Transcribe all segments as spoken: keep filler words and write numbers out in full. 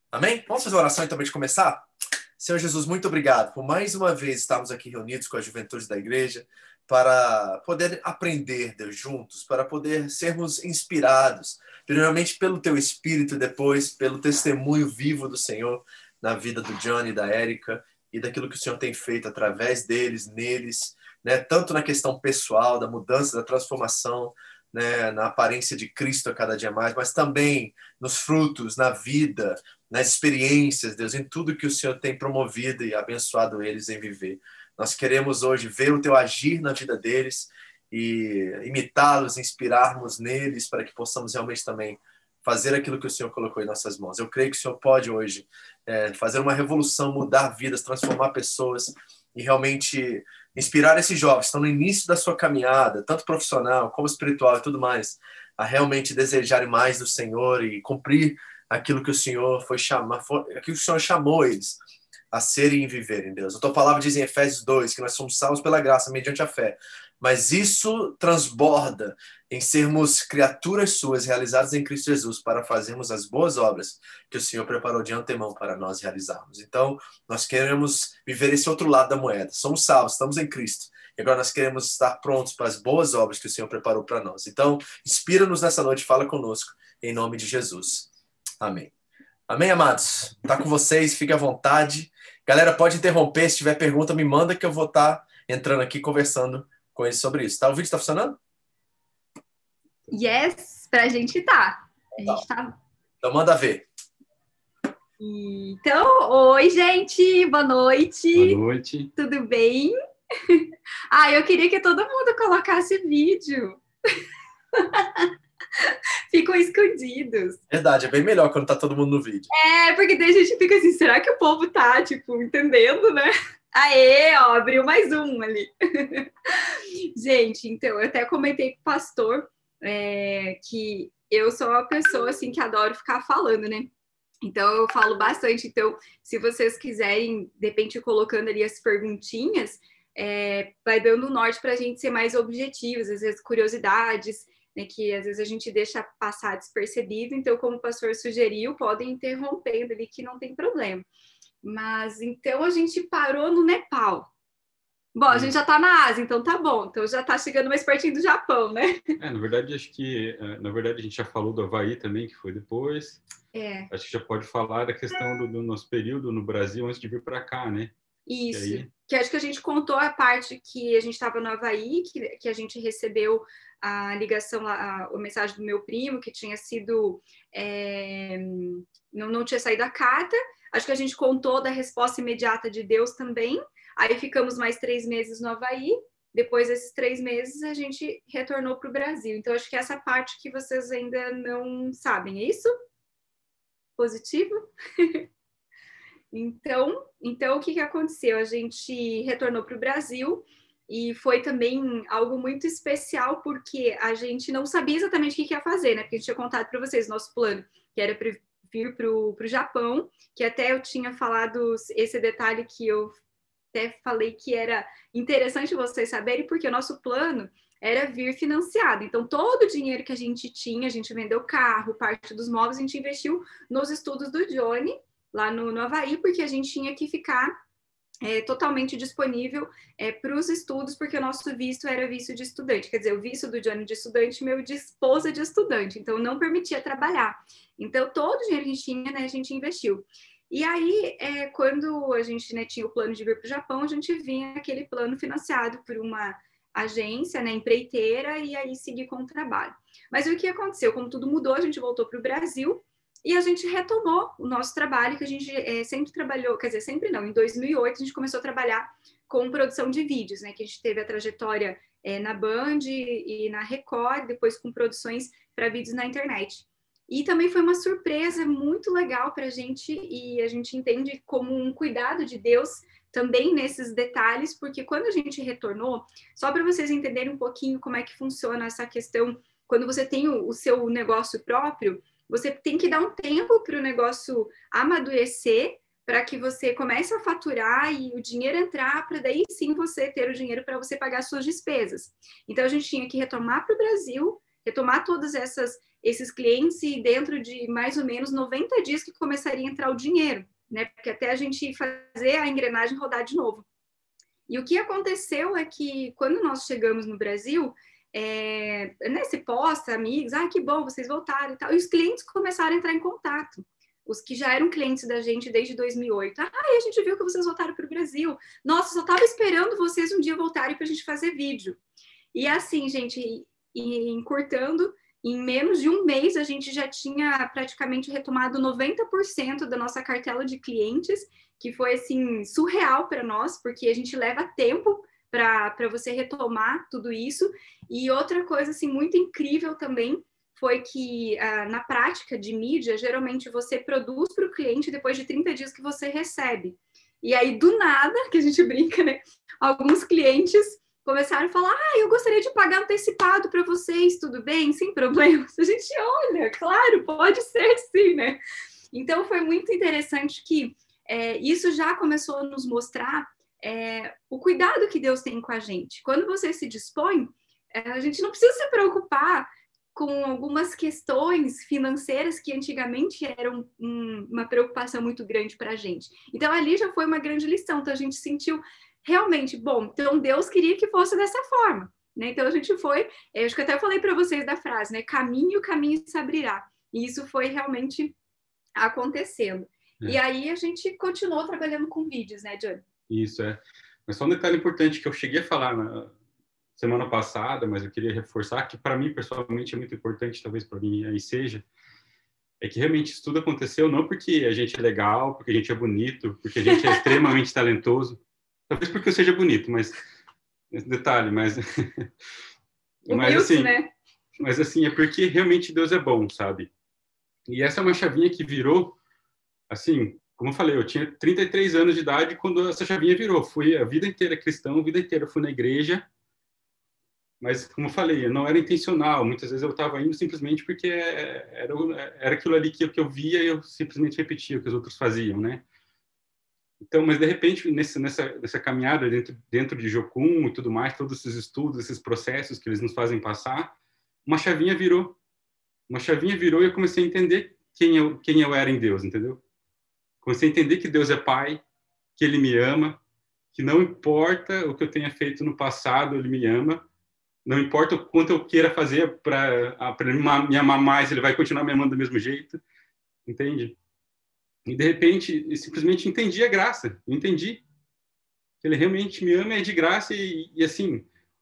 Amém? Vamos fazer uma oração então para a gente começar? Senhor Jesus, muito obrigado por mais uma vez estarmos aqui reunidos com a juventude da igreja para poder aprender, Deus, juntos, para poder sermos inspirados, primeiramente pelo Teu Espírito, depois pelo testemunho vivo do Senhor na vida do Johnny e da Érica e daquilo que o Senhor tem feito através deles, neles, né? Tanto na questão pessoal, da mudança, da transformação, né? Na aparência de Cristo a cada dia mais, mas também nos frutos, na vida, nas experiências, Deus, em tudo que o Senhor tem promovido e abençoado eles em viver. Nós queremos hoje ver o Teu agir na vida deles e imitá-los, inspirarmos neles para que possamos realmente também fazer aquilo que o Senhor colocou em nossas mãos. Eu creio que o Senhor pode hoje é, fazer uma revolução, mudar vidas, transformar pessoas e realmente inspirar esses jovens que estão no início da sua caminhada, tanto profissional como espiritual e tudo mais, a realmente desejarem mais do Senhor e cumprir aquilo que o Senhor foi chamar, aquilo que o Senhor chamou eles a serem e viverem, Deus. A tua palavra diz em Efésios dois que nós somos salvos pela graça mediante a fé, mas isso transborda em sermos criaturas suas realizadas em Cristo Jesus para fazermos as boas obras que o Senhor preparou de antemão para nós realizarmos. Então, nós queremos viver esse outro lado da moeda. Somos salvos, estamos em Cristo. E agora nós queremos estar prontos para as boas obras que o Senhor preparou para nós. Então, inspira-nos nessa noite, fala conosco, em nome de Jesus. Amém. Amém, amados? Tá com vocês, fique à vontade. Galera, pode interromper, se tiver pergunta, me manda que eu vou estar entrando aqui conversando com eles sobre isso. Tá? O vídeo tá funcionando? Yes, pra gente tá. A gente tá. Então manda ver. Então, oi, gente, boa noite. Boa noite. Tudo bem? Ah, eu queria que todo mundo colocasse vídeo. Ficam escondidos. Verdade, é bem melhor quando tá todo mundo no vídeo. É, porque daí a gente fica assim, será que o povo tá, tipo, entendendo, né? Aê, ó, abriu mais um ali. Gente, então, eu até comentei com o pastor é, que eu sou uma pessoa, assim, que adoro ficar falando, né? Então, eu falo bastante. Então, se vocês quiserem, de repente, colocando ali as perguntinhas, é, vai dando um norte pra gente ser mais objetivos, às vezes curiosidades, né, que às vezes a gente deixa passar despercebido. Então, como o pastor sugeriu, podem interrompendo ali, que não tem problema. Mas, então, a gente parou no Nepal. Bom, a gente já tá na Ásia, então tá bom. Então, já tá chegando mais pertinho do Japão, né? É, na verdade, acho que... Na verdade, a gente já falou do Havaí também, que foi depois. É. Acho que já pode falar da questão do, do nosso período no Brasil antes de vir para cá, né? Isso. Aí... Que acho que a gente contou a parte que a gente estava no Havaí, que, que a gente recebeu a ligação, a, a mensagem do meu primo, que tinha sido... É, não, não tinha saído a carta. Acho que a gente contou da resposta imediata de Deus também. Aí ficamos mais três meses no Havaí. Depois desses três meses, a gente retornou para o Brasil. Então, acho que essa parte que vocês ainda não sabem, é isso? Positivo? Então, então, o que, que aconteceu? A gente retornou para o Brasil e foi também algo muito especial porque a gente não sabia exatamente o que, que ia fazer, né? Porque a gente tinha contado para vocês nosso plano, que era para vir para o Japão, que até eu tinha falado esse detalhe que eu até falei que era interessante vocês saberem, porque o nosso plano era vir financiado. Então, todo o dinheiro que a gente tinha, a gente vendeu carro, parte dos móveis, a gente investiu nos estudos do Johnny, lá no, no Havaí, porque a gente tinha que ficar é, totalmente disponível é, para os estudos, porque o nosso visto era visto de estudante. Quer dizer, o visto do Johnny de estudante, meu de esposa de estudante. Então, não permitia trabalhar. Então, todo o dinheiro que a gente tinha, né, a gente investiu. E aí, é, quando a gente né, tinha o plano de vir para o Japão, a gente vinha aquele plano financiado por uma agência, né, empreiteira, e aí seguir com o trabalho. Mas o que aconteceu? Como tudo mudou, a gente voltou para o Brasil e a gente retomou o nosso trabalho, que a gente é, sempre trabalhou, quer dizer, sempre não, em dois mil e oito a gente começou a trabalhar com produção de vídeos, né, que a gente teve a trajetória é, na Band e na Record, depois com produções para vídeos na internet. E também foi uma surpresa muito legal para a gente, e a gente entende como um cuidado de Deus também nesses detalhes, porque quando a gente retornou, só para vocês entenderem um pouquinho como é que funciona essa questão, quando você tem o, o seu negócio próprio, você tem que dar um tempo para o negócio amadurecer, para que você comece a faturar e o dinheiro entrar, para daí sim você ter o dinheiro para você pagar suas despesas. Então, a gente tinha que retomar para o Brasil, retomar todas essas esses clientes e dentro de mais ou menos noventa dias que começaria a entrar o dinheiro, né? Porque até a gente fazer a engrenagem rodar de novo. E o que aconteceu é que quando nós chegamos no Brasil, é, né, se posta, amigos, ah, que bom, vocês voltaram e tal, e os clientes começaram a entrar em contato. Os que já eram clientes da gente desde dois mil e oito. Ah, a gente viu que vocês voltaram para o Brasil. Nossa, só estava esperando vocês um dia voltarem para a gente fazer vídeo. E assim, gente, encurtando, em menos de um mês a gente já tinha praticamente retomado noventa por cento da nossa cartela de clientes, que foi assim surreal para nós, porque a gente leva tempo para você retomar tudo isso. E outra coisa assim muito incrível também foi que ah, na prática de mídia, geralmente você produz para o cliente depois de trinta dias que você recebe. E aí, do nada, que a gente brinca, né? Alguns clientes começaram a falar, ah, eu gostaria de pagar antecipado para vocês, tudo bem? Sem problemas. A gente olha, claro, pode ser sim, né? Então, foi muito interessante que é, isso já começou a nos mostrar é, o cuidado que Deus tem com a gente. Quando você se dispõe, é, a gente não precisa se preocupar com algumas questões financeiras que antigamente eram um, uma preocupação muito grande para a gente. Então, ali já foi uma grande lição. Então, a gente sentiu realmente, bom, então Deus queria que fosse dessa forma, né? Então, a gente foi, eu acho que até falei para vocês da frase, né? Caminho, o caminho se abrirá. E isso foi realmente acontecendo. É. E aí, a gente continuou trabalhando com vídeos, né, Johnny? Isso, é. Mas só um detalhe importante que eu cheguei a falar na semana passada, mas eu queria reforçar que para mim, pessoalmente, é muito importante, talvez para mim aí seja, é que realmente isso tudo aconteceu não porque a gente é legal, porque a gente é bonito, porque a gente é extremamente talentoso, talvez porque eu seja bonito, mas esse detalhe, mas mas assim, né? Mas assim, é porque realmente Deus é bom, sabe? E essa é uma chavinha que virou, assim, como eu falei, eu tinha trinta e três anos de idade quando essa chavinha virou. Fui a vida inteira cristão, a vida inteira fui na igreja, mas, como eu falei, não era intencional. Muitas vezes eu estava indo simplesmente porque era, era aquilo ali que eu, que eu via e eu simplesmente repetia o que os outros faziam, né? Então, mas de repente, nesse, nessa, nessa caminhada dentro, dentro de Jocum e tudo mais, todos esses estudos, esses processos que eles nos fazem passar, uma chavinha virou. Uma chavinha virou e eu comecei a entender quem eu, quem eu era em Deus, entendeu? Comecei a entender que Deus é Pai, que Ele me ama, que não importa o que eu tenha feito no passado, Ele me ama. Não importa o quanto eu queira fazer para me amar mais, Ele vai continuar me amando do mesmo jeito, entende? E, de repente, eu simplesmente entendi a graça. Eu entendi que Ele realmente me ama, é de graça e, e, assim,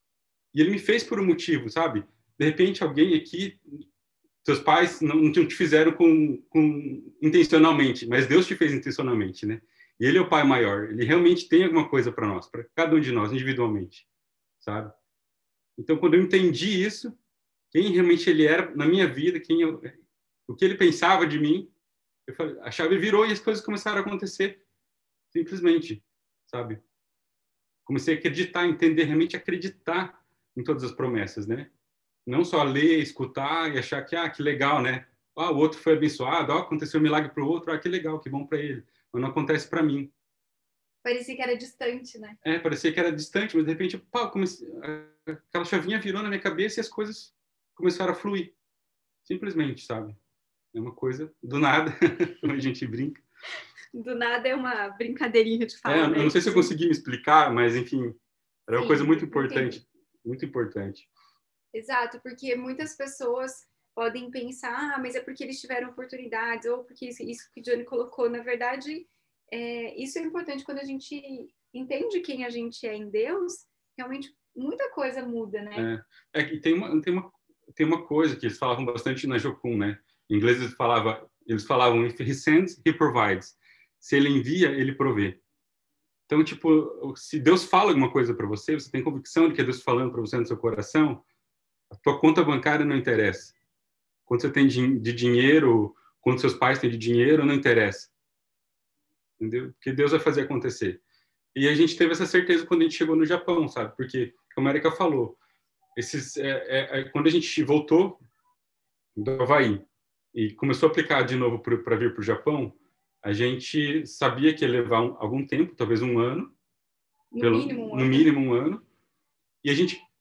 e Ele me fez por um motivo, sabe? De repente, alguém aqui, seus pais não, não te fizeram com, com, intencionalmente, mas Deus te fez intencionalmente, né? E Ele é o Pai maior. Ele realmente tem alguma coisa para nós, para cada um de nós, individualmente, sabe? Então, quando eu entendi isso, quem realmente Ele era na minha vida, quem eu, o que Ele pensava de mim, eu falei, a chave virou e as coisas começaram a acontecer, simplesmente, sabe? Comecei a acreditar, entender, realmente acreditar em todas as promessas, né? Não só ler, escutar e achar que, ah, que legal, né? Ah, o outro foi abençoado, ah, aconteceu um milagre para o outro, ah, que legal, que bom para ele. Mas não acontece para mim. Parecia que era distante, né? É, parecia que era distante, mas de repente, pá, comecei... aquela chavinha virou na minha cabeça e as coisas começaram a fluir. Simplesmente, sabe? É uma coisa do nada, como a gente brinca. Do nada é uma brincadeirinha de falar. É, né? Eu não sei se eu consegui me explicar, mas, enfim, era uma Sim, coisa muito importante. entendi. Muito importante. Exato, porque muitas pessoas podem pensar, ah, mas é porque eles tiveram oportunidades, ou porque isso, isso que o Johnny colocou, na verdade, é, isso é importante quando a gente entende quem a gente é em Deus, realmente muita coisa muda, né? É, é que tem uma, tem, uma, tem uma coisa que eles falavam bastante na Jocum, né? Em inglês eles falavam, eles falavam, if he sends, he provides. Se ele envia, ele provê. Então, tipo, se Deus fala alguma coisa para você, você tem convicção de que é Deus falando para você no seu coração, a tua conta bancária não interessa. Quanto você tem de dinheiro, quanto seus pais têm de dinheiro, não interessa. Entendeu? Porque Deus vai fazer acontecer. E a gente teve essa certeza quando a gente chegou no Japão, sabe? Porque, como a Erika falou, esses, é, é, é, quando a gente voltou do Havaí e começou a aplicar de novo para vir para o Japão, a gente sabia que ia levar um, algum tempo, talvez um ano, No pelo, mínimo um no ano. mínimo um ano, e a gente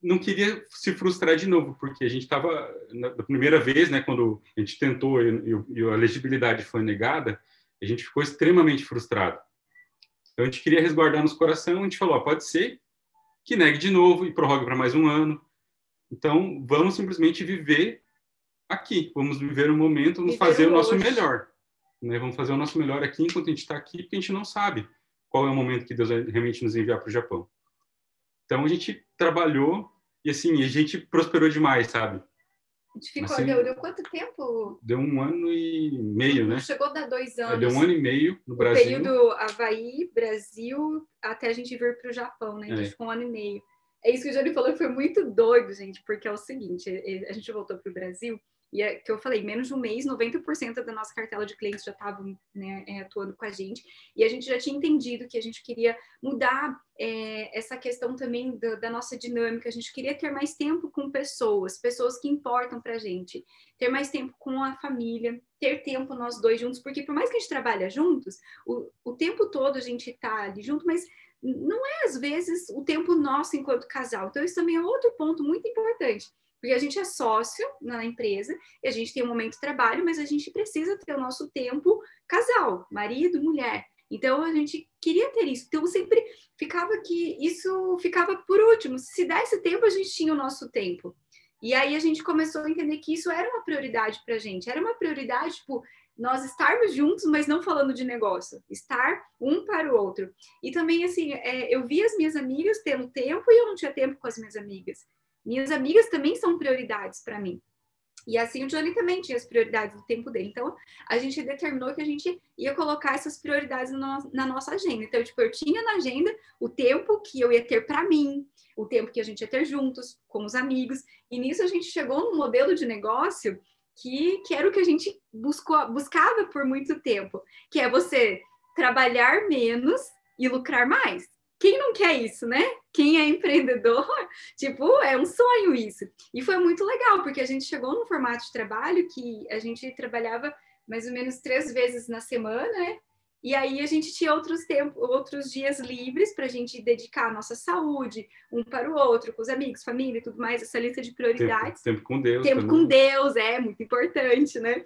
não queria se frustrar de novo, porque a gente estava, na primeira vez, né, quando a gente tentou e, e a elegibilidade foi negada, a gente ficou extremamente frustrado. Então, a gente queria resguardar nosso coração, a gente falou, ó, pode ser que negue de novo e prorrogue para mais um ano. Então, vamos simplesmente viver aqui, vamos viver o momento, vamos viver fazer o nosso hoje. melhor. Né? Vamos fazer o nosso melhor aqui enquanto a gente está aqui, porque a gente não sabe qual é o momento que Deus vai realmente nos enviar para o Japão. Então, a gente trabalhou e, assim, a gente prosperou demais, sabe? A gente ficou, assim, deu, deu quanto tempo? Deu um ano e meio, né? Chegou a dar dois anos. Deu um ano e meio no Brasil. O período Havaí, Brasil, até a gente vir para o Japão, né? Então, é. ficou um ano e meio. É isso que o Johnny falou, que foi muito doido, gente, porque é o seguinte, a gente voltou para o Brasil, e é que eu falei, menos de um mês, noventa por cento da nossa cartela de clientes já estavam, né, atuando com a gente, e a gente já tinha entendido que a gente queria mudar é, essa questão também da, da nossa dinâmica, a gente queria ter mais tempo com pessoas, pessoas que importam para a gente, ter mais tempo com a família, ter tempo nós dois juntos, porque por mais que a gente trabalhe juntos, o, o tempo todo a gente está ali junto, mas não é, às vezes, o tempo nosso enquanto casal. Então, isso também é outro ponto muito importante, porque a gente é sócio na empresa, e a gente tem um momento de trabalho, mas a gente precisa ter o nosso tempo casal, marido, mulher. Então, a gente queria ter isso. Então, sempre ficava que isso ficava por último. Se desse tempo, a gente tinha o nosso tempo. E aí, a gente começou a entender que isso era uma prioridade para a gente. Era uma prioridade, tipo, nós estarmos juntos, mas não falando de negócio, estar um para o outro. E também, assim, é, eu vi as minhas amigas tendo tempo e eu não tinha tempo com as minhas amigas. Minhas amigas também são prioridades para mim. E assim o Johnny também tinha as prioridades do tempo dele. Então, a gente determinou que a gente ia colocar essas prioridades no, na nossa agenda. Então, tipo, eu tinha na agenda o tempo que eu ia ter para mim, o tempo que a gente ia ter juntos, com os amigos. E nisso a gente chegou num modelo de negócio Que, que era o que a gente buscou, buscava por muito tempo, que é você trabalhar menos e lucrar mais. Quem não quer isso, né? Quem é empreendedor, tipo, é um sonho isso. E foi muito legal, porque a gente chegou num formato de trabalho que a gente trabalhava mais ou menos três vezes na semana, né? E aí a gente tinha outros tempos, outros dias livres para a gente dedicar a nossa saúde, um para o outro, com os amigos, família e tudo mais, essa lista de prioridades. Tempo, tempo com Deus. Tempo também. com Deus, é muito importante, né?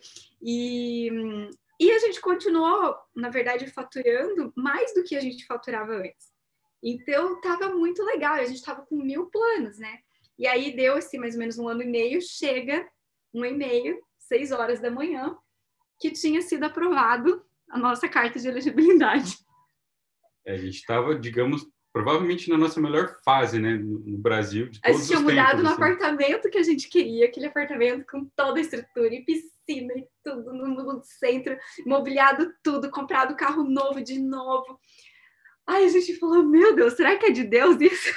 E, e a gente continuou, na verdade, faturando mais do que a gente faturava antes. Então, estava muito legal, a gente estava com mil planos, né? E aí deu, assim, mais ou menos um ano e meio, chega um e-mail, seis horas da manhã, que tinha sido aprovado a nossa carta de elegibilidade. É, a gente estava, digamos, provavelmente na nossa melhor fase, né, no, no Brasil, de todos os tempos. A gente tinha mudado no assim. apartamento que a gente queria, aquele apartamento com toda a estrutura e piscina e tudo no, no centro, mobiliado tudo, comprado carro novo de novo. Aí a gente falou, meu Deus, será que é de Deus isso?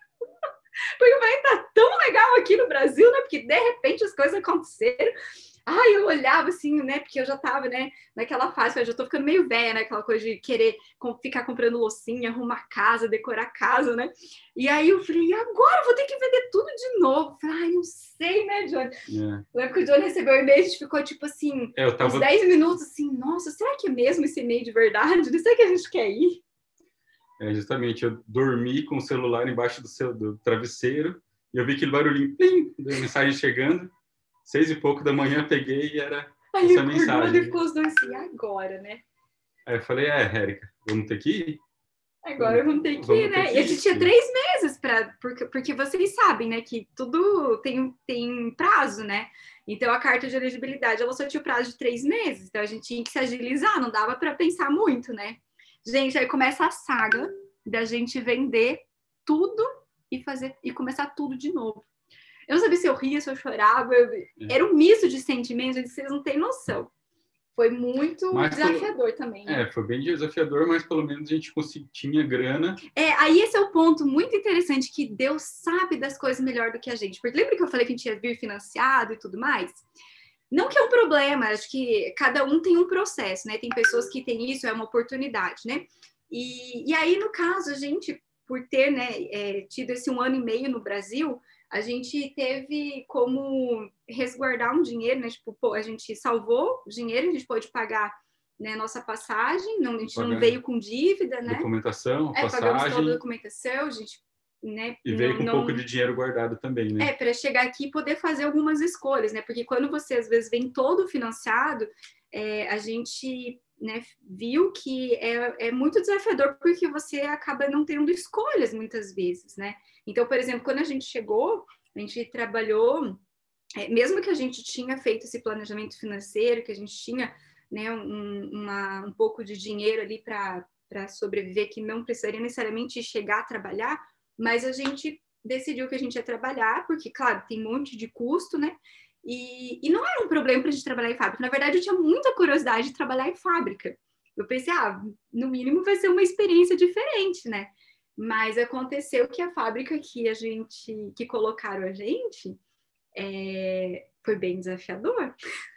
Porque vai estar tão legal aqui no Brasil, né? Porque de repente as coisas aconteceram. Ai, eu olhava assim, né? Porque eu já tava, né, naquela fase, eu já tô ficando meio velha, né? Aquela coisa de querer com, ficar comprando loucinha, arrumar casa, decorar casa, né? E aí eu falei, e agora? Eu vou ter que vender tudo de novo. Eu falei, ai, não sei, né, Johnny? Yeah. Eu lembro que o Johnny recebeu o e-mail, a gente ficou, tipo assim, é, eu tava... uns dez minutos, assim, nossa, será que é mesmo esse e-mail de verdade? Não sei que a gente quer ir. É, justamente, eu dormi com o celular embaixo do, seu, do travesseiro e eu vi aquele barulhinho, plim, da mensagem chegando. Seis e pouco da manhã, peguei e era aí essa mensagem. Aí ficou os dois assim, agora, né? Aí eu falei, é, Érica, vamos ter que ir? Agora vamos ter que ir, né? E a gente tinha três meses para... Porque, porque vocês sabem, né? Que tudo tem, tem prazo, né? Então, a carta de elegibilidade, ela só tinha o prazo de três meses. Então, a gente tinha que se agilizar, não dava para pensar muito, né? Gente, aí começa a saga da gente vender tudo e, fazer, e começar tudo de novo. Eu não sabia se eu ria, se eu chorava. Eu... É. Era um misto de sentimentos, vocês não têm noção. Foi muito mas desafiador pelo... também. Né? É, foi bem desafiador, mas pelo menos a gente consegui... tinha grana. É, aí esse é o ponto muito interessante, que Deus sabe das coisas melhor do que a gente. Porque lembra que eu falei que a gente ia vir financiado e tudo mais? Não que é um problema, acho que cada um tem um processo, né? Tem pessoas que têm isso, é uma oportunidade, né? E, e aí, no caso, a gente, por ter, né, é, tido esse um ano e meio no Brasil... A gente teve como resguardar um dinheiro, né? Tipo, pô, a gente salvou dinheiro, a gente pôde pagar, né, nossa passagem, não, a gente Pagando. não veio com dívida, né? Documentação, é, passagem. Pagamos toda a documentação, a gente né? E veio não, com um não... pouco de dinheiro guardado também, né? É, para chegar aqui e poder fazer algumas escolhas, né? Porque quando você, às vezes, vem todo financiado, é, a gente, né, viu que é, é muito desafiador porque você acaba não tendo escolhas muitas vezes, né? Então, por exemplo, quando a gente chegou, a gente trabalhou, é, mesmo que a gente tinha feito esse planejamento financeiro, que a gente tinha, né, um, uma, um pouco de dinheiro ali para para sobreviver, que não precisaria necessariamente chegar a trabalhar, mas a gente decidiu que a gente ia trabalhar, porque, claro, tem um monte de custo, né? E, e não era um problema para a gente trabalhar em fábrica. Na verdade, eu tinha muita curiosidade de trabalhar em fábrica. Eu pensei, ah, no mínimo vai ser uma experiência diferente, né? Mas aconteceu que a fábrica que a gente, que colocaram a gente, é, foi bem desafiador.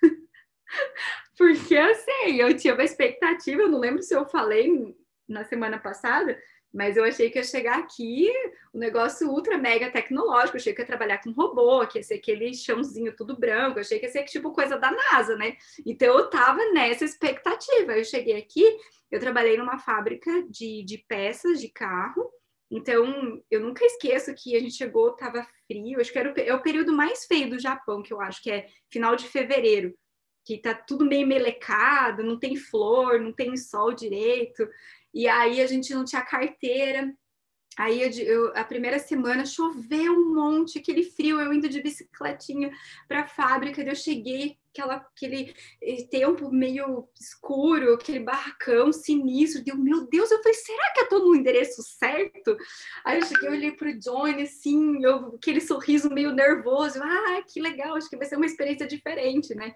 Porque, assim, eu tinha uma expectativa, eu não lembro se eu falei na semana passada, mas eu achei que ia chegar aqui um negócio ultra mega tecnológico, eu achei que ia trabalhar com robô, que ia ser aquele chãozinho tudo branco, eu achei que ia ser tipo coisa da NASA, né? Então eu tava nessa expectativa. Eu cheguei aqui, eu trabalhei numa fábrica de, de peças de carro, então eu nunca esqueço que a gente chegou, tava frio, acho que era o, é o período mais feio do Japão, que eu acho que é final de fevereiro, que tá tudo meio melecado, não tem flor, não tem sol direito, e aí a gente não tinha carteira. Aí eu, eu, a primeira semana choveu um monte, aquele frio, eu indo de bicicletinha para a fábrica, daí eu cheguei, aquela, aquele tempo meio escuro, aquele barracão sinistro, deu, meu Deus, eu falei, será que eu tô no endereço certo? Aí eu cheguei, eu olhei pro Johnny, assim, eu, aquele sorriso meio nervoso, ah, que legal, acho que vai ser uma experiência diferente, né?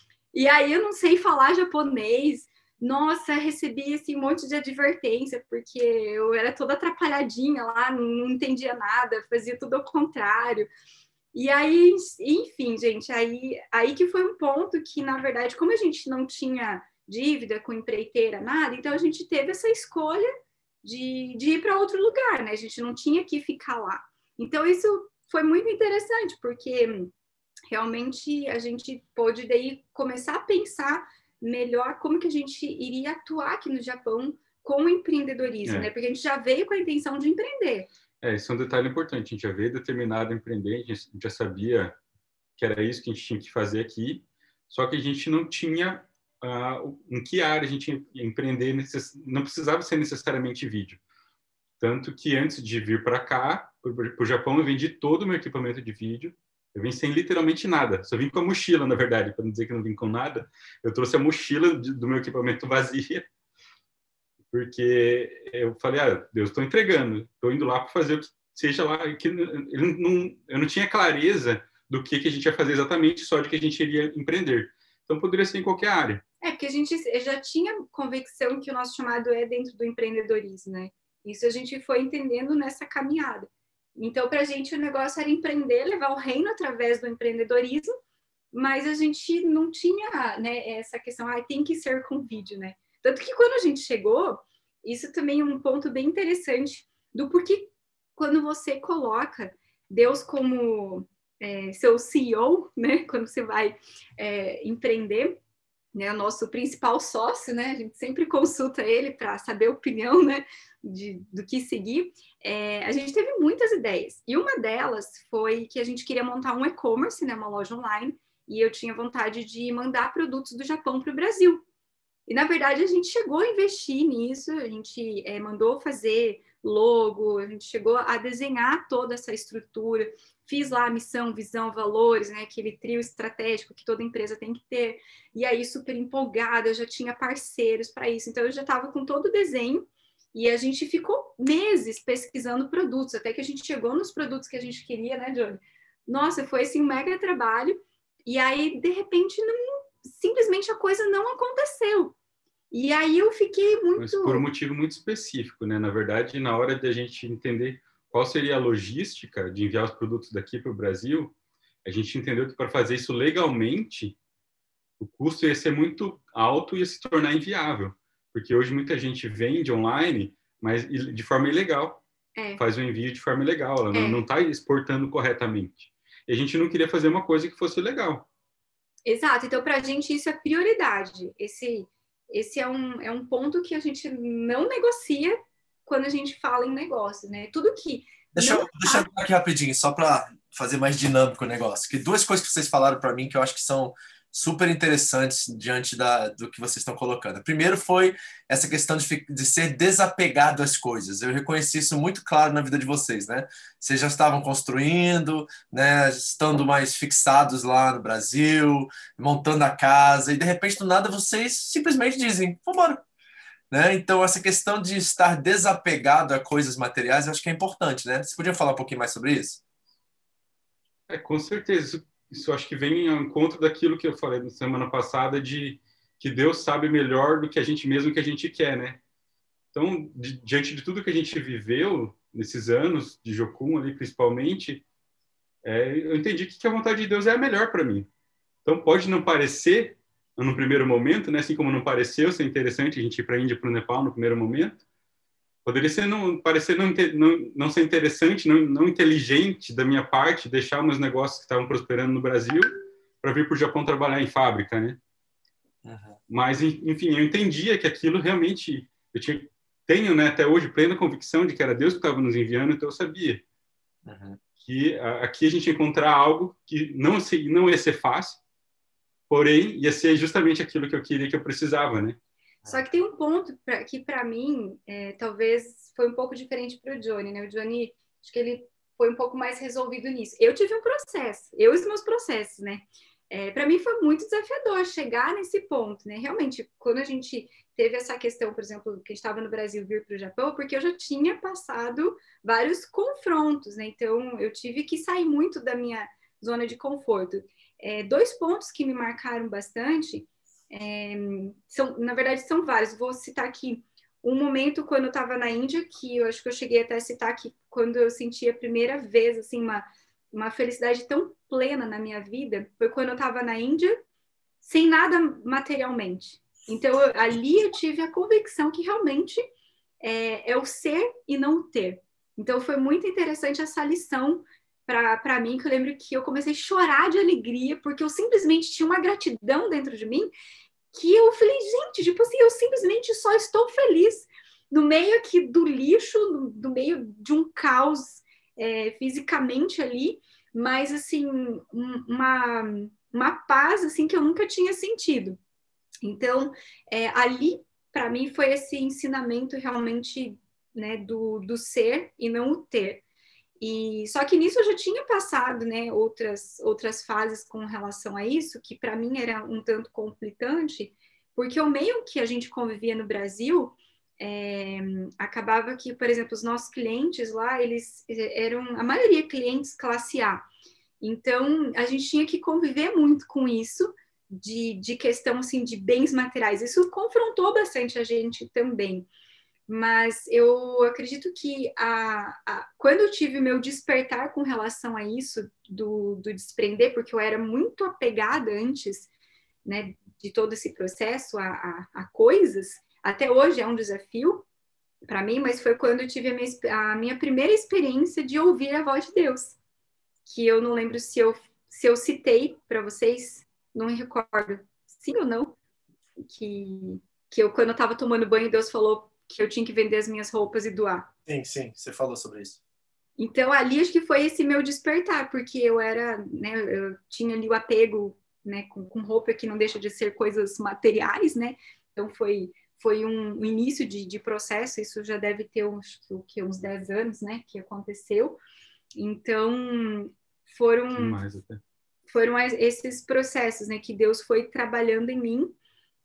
E aí eu não sei falar japonês, nossa, recebi assim, um monte de advertência, porque eu era toda atrapalhadinha lá, não entendia nada, fazia tudo ao contrário. E aí, enfim, gente, aí, aí que foi um ponto que, na verdade, como a gente não tinha dívida com empreiteira, nada, então a gente teve essa escolha de, de ir para outro lugar, né? A gente não tinha que ficar lá. Então, isso foi muito interessante, porque realmente a gente pôde daí começar a pensar melhor como que a gente iria atuar aqui no Japão com o empreendedorismo, É. né? Porque a gente já veio com a intenção de empreender. É, isso é um detalhe importante. A gente já veio determinado a empreender, a gente já sabia que era isso que a gente tinha que fazer aqui, só que a gente não tinha uh, em que área a gente ia empreender, necess... não precisava ser necessariamente vídeo. Tanto que antes de vir para cá, para o Japão, eu vendi todo o meu equipamento de vídeo. Eu vim sem literalmente nada. Só vim com a mochila, na verdade, para não dizer que não vim com nada. Eu trouxe a mochila de, do meu equipamento vazia, porque eu falei, ah, Deus, estou entregando, estou indo lá para fazer o que seja lá. Que eu, não, eu não tinha clareza do que, que a gente ia fazer exatamente, só de que a gente iria empreender. Então, poderia ser em qualquer área. É, porque a gente já tinha convicção que o nosso chamado é dentro do empreendedorismo, né? Isso a gente foi entendendo nessa caminhada. Então, para a gente, o negócio era empreender, levar o reino através do empreendedorismo, mas a gente não tinha, né, essa questão, ah, tem que ser com vídeo, né? Tanto que quando a gente chegou, isso também é um ponto bem interessante do porquê quando você coloca Deus como é, seu C E O, né, quando você vai é, empreender, né, o nosso principal sócio, né, a gente sempre consulta ele para saber a opinião, né, de, do que seguir. É, a gente teve muitas ideias, e uma delas foi que a gente queria montar um e-commerce, né, uma loja online, e eu tinha vontade de mandar produtos do Japão para o Brasil. E, na verdade, a gente chegou a investir nisso, a gente é, mandou fazer logo, a gente chegou a desenhar toda essa estrutura, fiz lá a missão, visão, valores, né, aquele trio estratégico que toda empresa tem que ter, e aí super empolgada, eu já tinha parceiros para isso, então eu já estava com todo o desenho, e a gente ficou meses pesquisando produtos, até que a gente chegou nos produtos que a gente queria, né, Johnny? Nossa, foi assim um mega trabalho, e aí, de repente, não, simplesmente a coisa não aconteceu. E aí eu fiquei muito... Mas por um motivo muito específico, né? Na verdade, na hora de a gente entender qual seria a logística de enviar os produtos daqui para o Brasil, a gente entendeu que para fazer isso legalmente, o custo ia ser muito alto e ia se tornar inviável. Porque hoje muita gente vende online, mas de forma ilegal. É. Faz o envio de forma ilegal, ela é. não está exportando corretamente. E a gente não queria fazer uma coisa que fosse legal. Exato. Então, para a gente, isso é prioridade. Esse... Esse é um, é um ponto que a gente não negocia quando a gente fala em negócios, né? Tudo que Deixa, não eu, deixa eu entrar aqui rapidinho, só para fazer mais dinâmico o negócio. Que duas coisas que vocês falaram para mim que eu acho que são super interessantes diante da, do que vocês estão colocando. Primeiro foi essa questão de, fi- de ser desapegado às coisas. Eu reconheci isso muito claro na vida de vocês, né? Vocês já estavam construindo, né? Estando mais fixados lá no Brasil, montando a casa, e de repente, do nada, vocês simplesmente dizem, vambora. Né? Então, essa questão de estar desapegado a coisas materiais, eu acho que é importante, né? Você podia falar um pouquinho mais sobre isso? É, com certeza. Isso, isso acho que vem ao encontro daquilo que eu falei na semana passada de que Deus sabe melhor do que a gente mesmo que a gente quer, né? Então, di- diante de tudo que a gente viveu nesses anos de Jocum ali, principalmente, é, eu entendi que, que a vontade de Deus é a melhor para mim. Então, pode não parecer no primeiro momento, né? Assim como não pareceu ser interessante a gente ir para a Índia, para o Nepal no primeiro momento, poderia ser não, parecer não, inte- não, não ser interessante, não, não inteligente da minha parte deixar meus negócios que estavam prosperando no Brasil para vir para o Japão trabalhar em fábrica, né? Uhum. Mas, enfim, eu entendia que aquilo realmente, eu tinha, tenho, né, até hoje plena convicção de que era Deus que estava nos enviando, então eu sabia Uhum. que a, aqui a gente ia encontrar algo que não, se, não ia ser fácil, porém ia ser justamente aquilo que eu queria, que eu precisava, né? Só que tem um ponto pra, que, para mim, é, talvez foi um pouco diferente para o Johnny, né? O Johnny, acho que ele foi um pouco mais resolvido nisso. Eu tive um processo, eu e os meus processos, né? É, para mim foi muito desafiador chegar nesse ponto, né? Realmente, quando a gente teve essa questão, por exemplo, que estava no Brasil vir para o Japão, porque eu já tinha passado vários confrontos, né? Então, eu tive que sair muito da minha zona de conforto. É, dois pontos que me marcaram bastante é, são, na verdade, são vários. Vou citar aqui um momento quando eu estava na Índia, que eu acho que eu cheguei até a citar aqui, quando eu senti a primeira vez, assim, uma, uma felicidade tão plena na minha vida, foi quando eu estava na Índia, sem nada materialmente. Então, eu, ali eu tive a convicção que realmente é, é o ser e não o ter. Então, foi muito interessante essa lição para mim, que eu lembro que eu comecei a chorar de alegria, porque eu simplesmente tinha uma gratidão dentro de mim, que eu falei, gente, tipo assim, eu simplesmente só estou feliz no meio aqui do lixo, no, no meio de um caos é, fisicamente ali, mas assim, um, uma, uma paz assim que eu nunca tinha sentido. Então, é, ali, para mim, foi esse ensinamento realmente, né, do, do ser e não o ter. E só que nisso eu já tinha passado, né, outras outras fases com relação a isso, que para mim era um tanto conflitante, porque o meio que a gente convivia no Brasil é, acabava que, por exemplo, os nossos clientes lá, eles eram a maioria clientes classe A. Então a gente tinha que conviver muito com isso de, de questão assim de bens materiais. Isso confrontou bastante a gente também. Mas eu acredito que a, a, quando eu tive o meu despertar com relação a isso, do, do desprender, porque eu era muito apegada antes, né, de todo esse processo a, a, a coisas, até hoje é um desafio para mim, mas foi quando eu tive a minha, a minha primeira experiência de ouvir a voz de Deus, que eu não lembro se eu, se eu citei para vocês, não me recordo, sim ou não, que, que eu, quando eu estava tomando banho, Deus falou que eu tinha que vender as minhas roupas e doar. Sim, sim, você falou sobre isso. Então, ali acho que foi esse meu despertar, porque eu era, né, eu tinha ali o apego, né, com, com roupa que não deixa de ser coisas materiais, né? Então, foi, foi um, um início de, de processo, isso já deve ter uns, que, uns dez anos, né, que aconteceu. Então, foram, Demais até. foram esses processos, né, que Deus foi trabalhando em mim.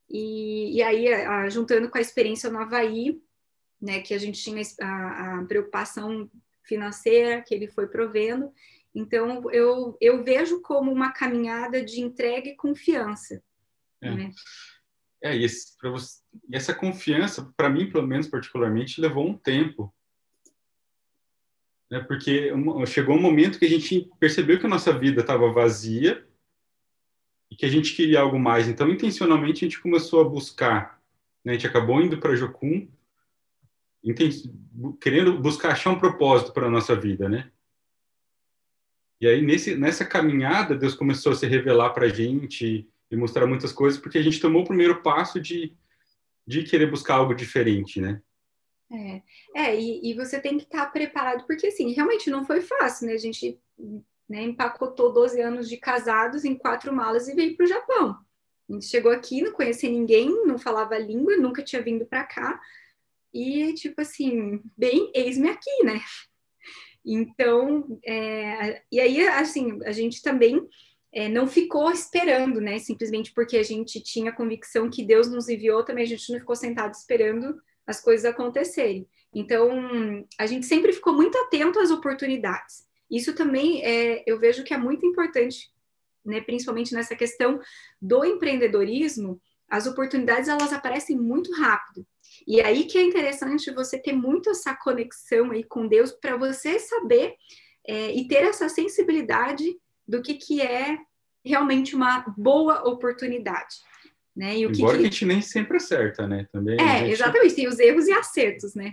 E, e aí, a, a, juntando com a experiência no Havaí, né, que a gente tinha a, a preocupação financeira que ele foi provendo. Então, eu, eu vejo como uma caminhada de entrega e confiança. É, né? é e, esse, você, e essa confiança, para mim, pelo menos particularmente, levou um tempo. Né, porque chegou um momento que a gente percebeu que a nossa vida estava vazia e que a gente queria algo mais. Então, intencionalmente, a gente começou a buscar. Né? A gente acabou indo para Jocum, querendo buscar achar um propósito para a nossa vida, né? E aí, nesse, nessa caminhada, Deus começou a se revelar para a gente e mostrar muitas coisas, porque a gente tomou o primeiro passo de, de querer buscar algo diferente, né? É, é e, e você tem que estar preparado, porque assim, realmente não foi fácil, né? A gente, né, empacotou doze anos de casados em quatro malas e veio para o Japão. A gente chegou aqui, não conhecia ninguém, não falava a língua, nunca tinha vindo para cá. E, tipo assim, bem, eis-me aqui, né? Então, é, e aí, assim, a gente também é, não ficou esperando, né? Simplesmente porque a gente tinha convicção que Deus nos enviou, também a gente não ficou sentado esperando as coisas acontecerem. Então, a gente sempre ficou muito atento às oportunidades. Isso também é, eu vejo que é muito importante, né? Principalmente nessa questão do empreendedorismo, as oportunidades elas aparecem muito rápido. E aí que é interessante você ter muito essa conexão aí com Deus para você saber é, e ter essa sensibilidade do que, que é realmente uma boa oportunidade. Né? E o Embora que, que a gente nem sempre acerta, né? Também é, gente... exatamente, tem os erros e acertos, né?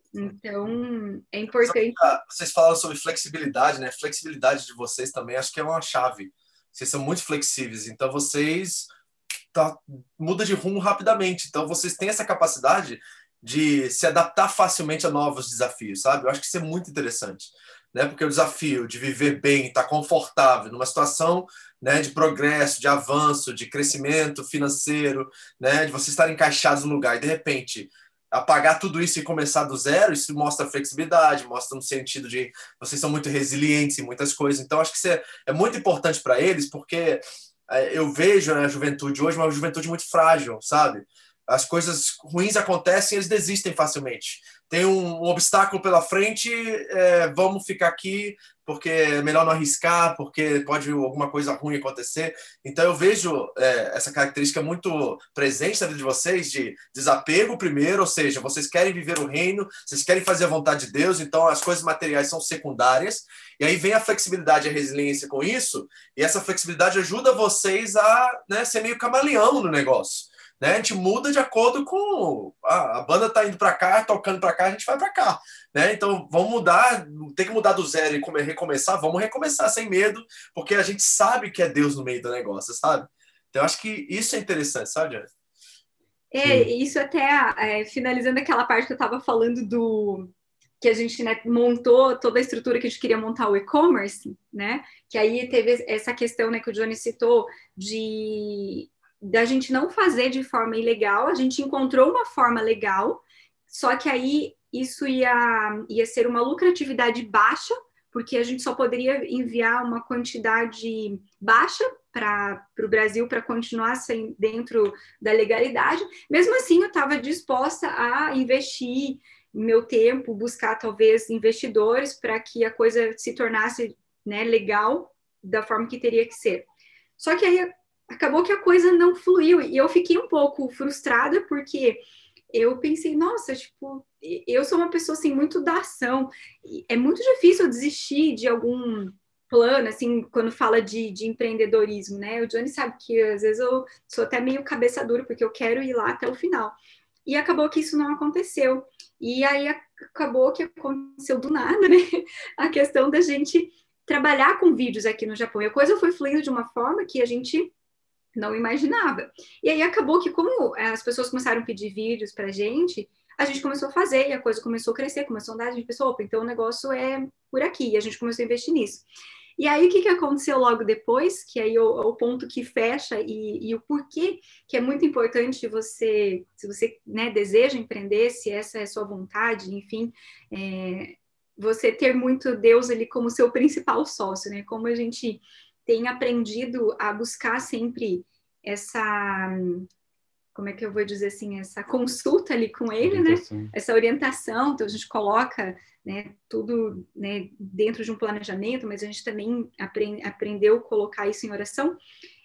Então, é importante... Vocês falaram sobre flexibilidade, né? Flexibilidade de vocês também, acho que é uma chave. Vocês são muito flexíveis, então vocês... Tá, muda de rumo rapidamente. Então, vocês têm essa capacidade de se adaptar facilmente a novos desafios, sabe? Eu acho que isso é muito interessante, né? Porque o desafio de viver bem, estar confortável, numa situação, né, de progresso, de avanço, de crescimento financeiro, né, de vocês estarem encaixados no lugar e, de repente, apagar tudo isso e começar do zero, isso mostra flexibilidade, mostra no sentido de vocês são muito resilientes em muitas coisas. Então, acho que isso é, é muito importante para eles, porque eu vejo, né, a juventude hoje uma juventude muito frágil, sabe? As coisas ruins acontecem e eles desistem facilmente. Tem um, um obstáculo pela frente, é, vamos ficar aqui porque é melhor não arriscar, porque pode alguma coisa ruim acontecer. Então eu vejo é, essa característica muito presente na vida de vocês, de desapego primeiro, ou seja, vocês querem viver o reino, vocês querem fazer a vontade de Deus, então as coisas materiais são secundárias, e aí vem a flexibilidade e a resiliência com isso, e essa flexibilidade ajuda vocês a, né, ser meio camaleão no negócio. Né? A gente muda de acordo com ah, a banda tá indo para cá, tocando para cá, a gente vai para cá, né? Então vamos mudar, tem que mudar do zero e recomeçar, vamos recomeçar sem medo, porque a gente sabe que é Deus no meio do negócio, sabe? Então eu acho que isso é interessante, sabe, Jana? É, isso até é, finalizando aquela parte que eu estava falando do que a gente, né, montou toda a estrutura que a gente queria montar o e-commerce, né? Que aí teve essa questão, né, que o Johnny citou de da gente não fazer de forma ilegal, a gente encontrou uma forma legal, só que aí isso ia, ia ser uma lucratividade baixa, porque a gente só poderia enviar uma quantidade baixa para o Brasil para continuar sem, dentro da legalidade. Mesmo assim, eu estava disposta a investir meu tempo, buscar talvez investidores para que a coisa se tornasse, né, legal da forma que teria que ser. Só que aí acabou que a coisa não fluiu e eu fiquei um pouco frustrada porque eu pensei, nossa, tipo, eu sou uma pessoa assim muito da ação, é muito difícil eu desistir de algum plano, assim, quando fala de, de empreendedorismo, né? O Johnny sabe que às vezes eu sou até meio cabeça dura porque eu quero ir lá até o final. E acabou que isso não aconteceu. E aí acabou que aconteceu do nada, né? A questão da gente trabalhar com vídeos aqui no Japão. E a coisa foi fluindo de uma forma que a gente não imaginava. E aí acabou que, como as pessoas começaram a pedir vídeos pra gente, a gente começou a fazer e a coisa começou a crescer, começou a andar, a gente pensou, opa, então o negócio é por aqui, e a gente começou a investir nisso. E aí o que, que aconteceu logo depois, que aí é o, o ponto que fecha e, e o porquê que é muito importante você, se você, né, deseja empreender, se essa é a sua vontade, enfim, é, você ter muito Deus ali como seu principal sócio, né? Como a gente tem aprendido a buscar sempre essa, como é que eu vou dizer assim, essa consulta ali com ele, orientação. né? Essa orientação, então a gente coloca, né, tudo, né, dentro de um planejamento, mas a gente também aprend, aprendeu a colocar isso em oração.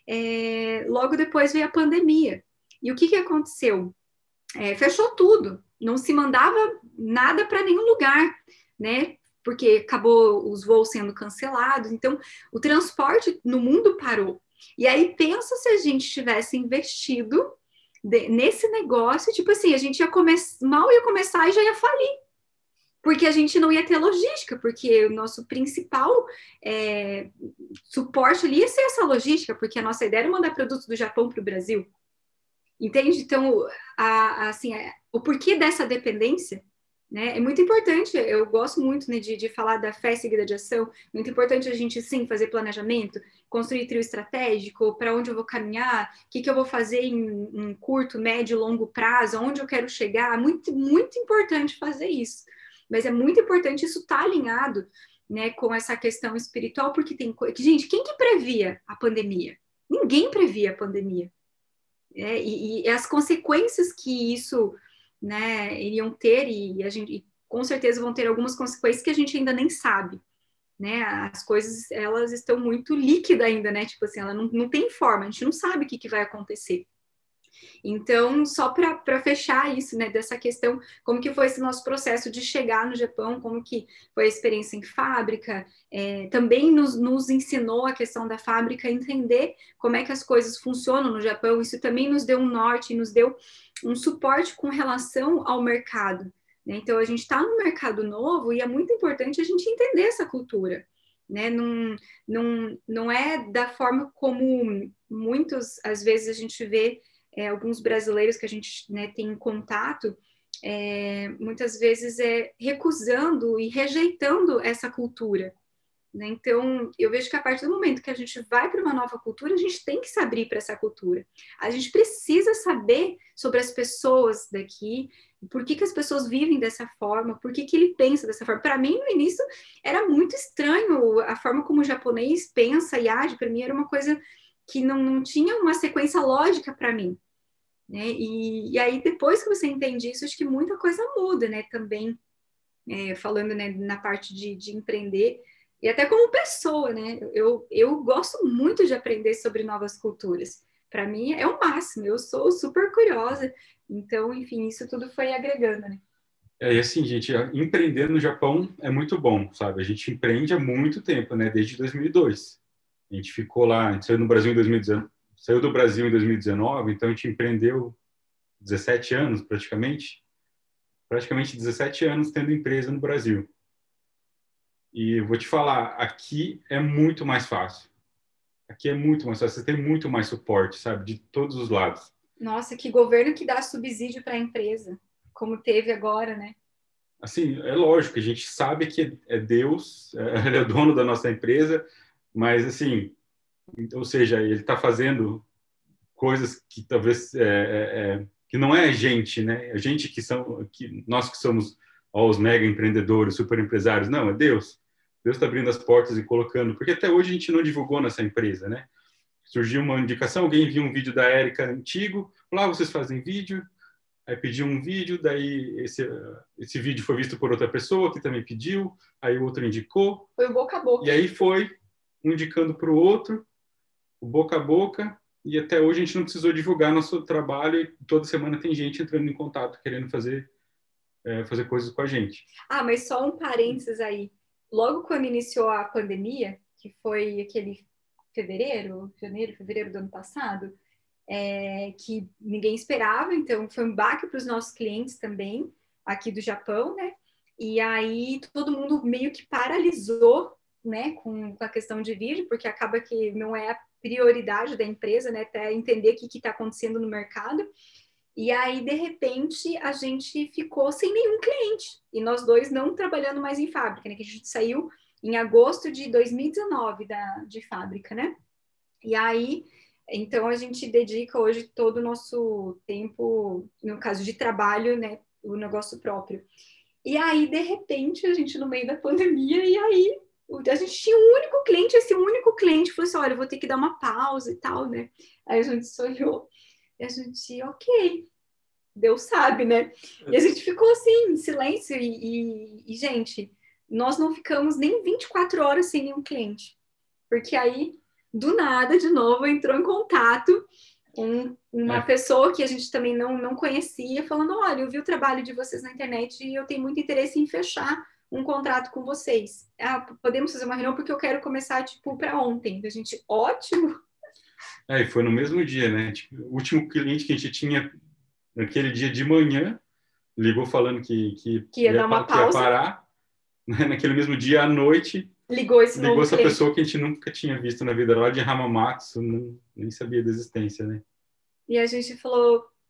É, logo depois veio a pandemia. E o que, que aconteceu? É, fechou tudo, não se mandava nada para nenhum lugar, né? Porque acabou os voos sendo cancelados, então o transporte no mundo parou. E aí pensa se a gente tivesse investido de, nesse negócio, tipo assim, a gente ia começar, mal ia começar e já ia falir, porque a gente não ia ter logística, porque o nosso principal é, suporte ali ia ser essa logística, porque a nossa ideia era mandar produtos do Japão para o Brasil. Entende? Então, a, a, assim, a, o porquê dessa dependência né? É muito importante, eu gosto muito, né, de, de falar da fé seguida de ação, muito importante a gente, sim, fazer planejamento, construir trio estratégico, para onde eu vou caminhar, o que, que eu vou fazer em, em curto, médio, longo prazo, onde eu quero chegar, muito, muito importante fazer isso. Mas é muito importante isso estar tá alinhado, né, com essa questão espiritual, porque tem coisa... Gente, quem que previa a pandemia? Ninguém previa a pandemia. É, e, e as consequências que isso, né, iriam ter, e a gente e com certeza vão ter algumas consequências que a gente ainda nem sabe, né? As coisas, elas estão muito líquidas ainda, né? Tipo assim, ela não, não tem forma, a gente não sabe o que, que vai acontecer. Então, só para fechar isso, né, dessa questão, como que foi esse nosso processo de chegar no Japão, como que foi a experiência em fábrica, é, também nos, nos ensinou a questão da fábrica, entender como é que as coisas funcionam no Japão, isso também nos deu um norte, nos deu um suporte com relação ao mercado, né? Então, a gente está no mercado novo e é muito importante a gente entender essa cultura, né? Não, não, não é da forma como muitos, às vezes, a gente vê É, alguns brasileiros que a gente, né, tem contato, é, muitas vezes é recusando e rejeitando essa cultura, né? Então, eu vejo que a partir do momento que a gente vai para uma nova cultura, a gente tem que se abrir para essa cultura. A gente precisa saber sobre as pessoas daqui, por que, que as pessoas vivem dessa forma, por que, que ele pensa dessa forma. Para mim, no início, era muito estranho a forma como o japonês pensa e age. Para mim, era uma coisa que não, não tinha uma sequência lógica para mim, né? E, e aí, depois que você entende isso, acho que muita coisa muda, né? Também, é, falando, né, na parte de, de empreender, e até como pessoa, né? Eu, eu gosto muito de aprender sobre novas culturas. Para mim, é o máximo. Eu sou super curiosa. Então, enfim, isso tudo foi agregando, né? É, e assim, gente, empreender no Japão é muito bom, sabe? A gente empreende há muito tempo, né? Desde dois mil e dois. A gente ficou lá, a gente saiu no Brasil em dois mil e dezenove, saiu do Brasil em dois mil e dezenove, então a gente empreendeu dezessete anos praticamente, praticamente dezessete anos tendo empresa no Brasil. E eu vou te falar, aqui é muito mais fácil. Aqui é muito mais fácil, você tem muito mais suporte, sabe, de todos os lados. Nossa, que governo que dá subsídio para a empresa, como teve agora, né? Assim, é lógico, a gente sabe que é Deus, ele é o dono da nossa empresa, mas assim, ou seja, ele está fazendo coisas que talvez é, é, que não é a gente, né? A gente que são, que nós que somos ó, os mega empreendedores, super empresários, não, é Deus. Deus está abrindo as portas e colocando, porque até hoje a gente não divulgou nessa empresa, né? Surgiu uma indicação, alguém viu um vídeo da Érica antigo, lá vocês fazem vídeo, aí pediu um vídeo, daí esse, esse vídeo foi visto por outra pessoa que também pediu, aí o outro indicou. Foi o boca a boca. E aí foi um indicando para o outro, o boca a boca, e até hoje a gente não precisou divulgar nosso trabalho e toda semana tem gente entrando em contato, querendo fazer, é, fazer coisas com a gente. Ah, mas só um parênteses aí. Logo quando iniciou a pandemia, que foi aquele fevereiro, janeiro, fevereiro do ano passado, é, que ninguém esperava, então foi um baque para os nossos clientes também, aqui do Japão, né? E aí todo mundo meio que paralisou, né, com, com a questão de vídeo, porque acaba que não é a prioridade da empresa, né, até entender o que está acontecendo no mercado. E aí, de repente, a gente ficou sem nenhum cliente. E nós dois não trabalhando mais em fábrica, né? Que a gente saiu em agosto de dois mil e dezenove da, de fábrica, né? E aí, então, a gente dedica hoje todo o nosso tempo, no caso de trabalho, né? O negócio próprio. E aí, de repente, a gente no meio da pandemia, e aí a gente tinha um único cliente, esse único cliente falou assim, olha, eu vou ter que dar uma pausa e tal, né? Aí a gente se olhou e a gente, ok, Deus sabe, né? E a gente ficou assim, em silêncio. E, e, e, gente, nós não ficamos nem vinte e quatro horas sem nenhum cliente. Porque aí, do nada, de novo, entrou em contato um, uma é. pessoa que a gente também não, não conhecia, falando, olha, eu vi o trabalho de vocês na internet e eu tenho muito interesse em fechar um contrato com vocês. Ah, podemos fazer uma reunião porque eu quero começar, tipo, para ontem. A gente, ótimo! É, e foi no mesmo dia, né? Tipo, o último cliente que a gente tinha naquele dia de manhã, ligou falando que, que, que ia, ia, dar uma que pausa. ia parar. Né? Naquele mesmo dia, à noite, ligou, esse ligou novo essa cliente. pessoa que a gente nunca tinha visto na vida, lá de Hamamatsu, não, nem sabia da existência, né? E a gente falou,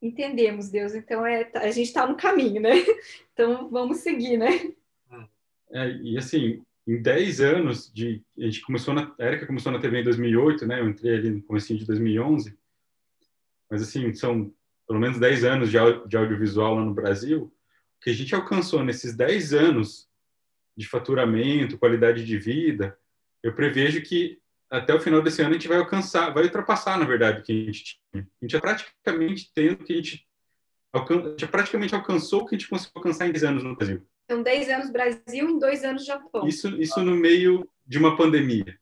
Entendemos, Deus. Então, é, a gente está no caminho, né? Então, vamos seguir, né? É, e assim, em dez anos, de, a gente começou na, a Érica começou na T V em dois mil e oito, né? Eu entrei ali no comecinho de dois mil e onze. Mas assim, são pelo menos dez anos de, de audiovisual lá no Brasil. O que a gente alcançou nesses dez anos de faturamento, qualidade de vida, eu prevejo que até o final desse ano a gente vai alcançar, vai ultrapassar, na verdade, o que a gente tinha. A gente já praticamente tem o que a gente, alcan, a gente praticamente alcançou o que a gente conseguiu alcançar em dez anos no Brasil. Então, dez anos Brasil, em dois anos Japão. Isso, isso no meio de uma pandemia.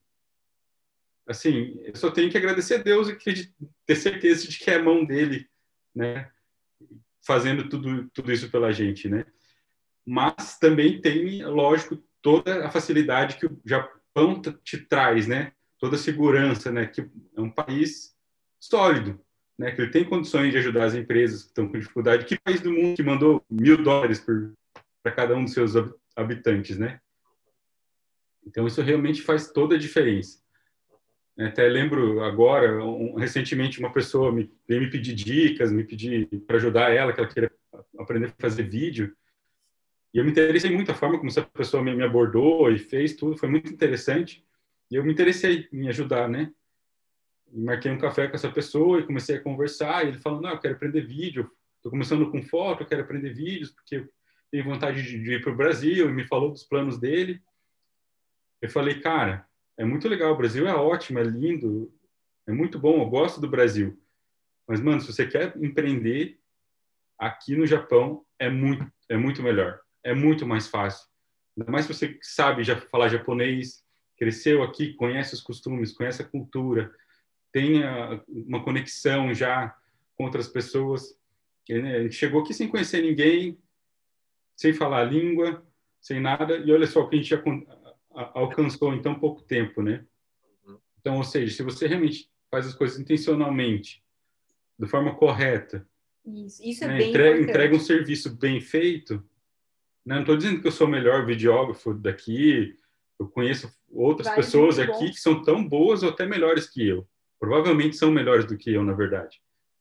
Assim, eu só tenho que agradecer a Deus e ter certeza de que é a mão dele, né, fazendo tudo, tudo isso pela gente, né? Mas também tem, lógico, toda a facilidade que o Japão te traz, né? Toda a segurança, né? Que é um país sólido, né? Que ele tem condições de ajudar as empresas que estão com dificuldade. Que país do mundo que mandou mil dólares para cada um dos seus habitantes, né? Então, isso realmente faz toda a diferença. Até lembro agora, um, recentemente, uma pessoa me, veio me pedir dicas, me pedir para ajudar ela, que ela queria aprender a fazer vídeo. E eu me interessei muito a forma como essa pessoa me, me abordou e fez tudo, foi muito interessante. E eu me interessei em ajudar, né? E marquei um café com essa pessoa e comecei a conversar. E ele falou, não, eu quero aprender vídeo. Estou começando com foto, eu quero aprender vídeos, porque eu tenho vontade de, de ir para o Brasil. E me falou dos planos dele. Eu falei, cara, é muito legal, o Brasil é ótimo, é lindo, é muito bom, eu gosto do Brasil. Mas, mano, se você quer empreender, aqui no Japão é muito, é muito melhor. É muito mais fácil. Ainda mais se você sabe já falar japonês, cresceu aqui, conhece os costumes, conhece a cultura, tem uma conexão já com outras pessoas. A gente chegou aqui sem conhecer ninguém, sem falar a língua, sem nada, e olha só o que a gente já alcançou em tão pouco tempo, né? Então, ou seja, se você realmente faz as coisas intencionalmente, de forma correta, isso, isso é né? bem entrega, importante. entrega um serviço bem feito, né? Não estou dizendo que eu sou o melhor videógrafo daqui, eu conheço outras Vários pessoas muito aqui bons. que são tão boas ou até melhores que eu. Provavelmente são melhores do que eu, na verdade.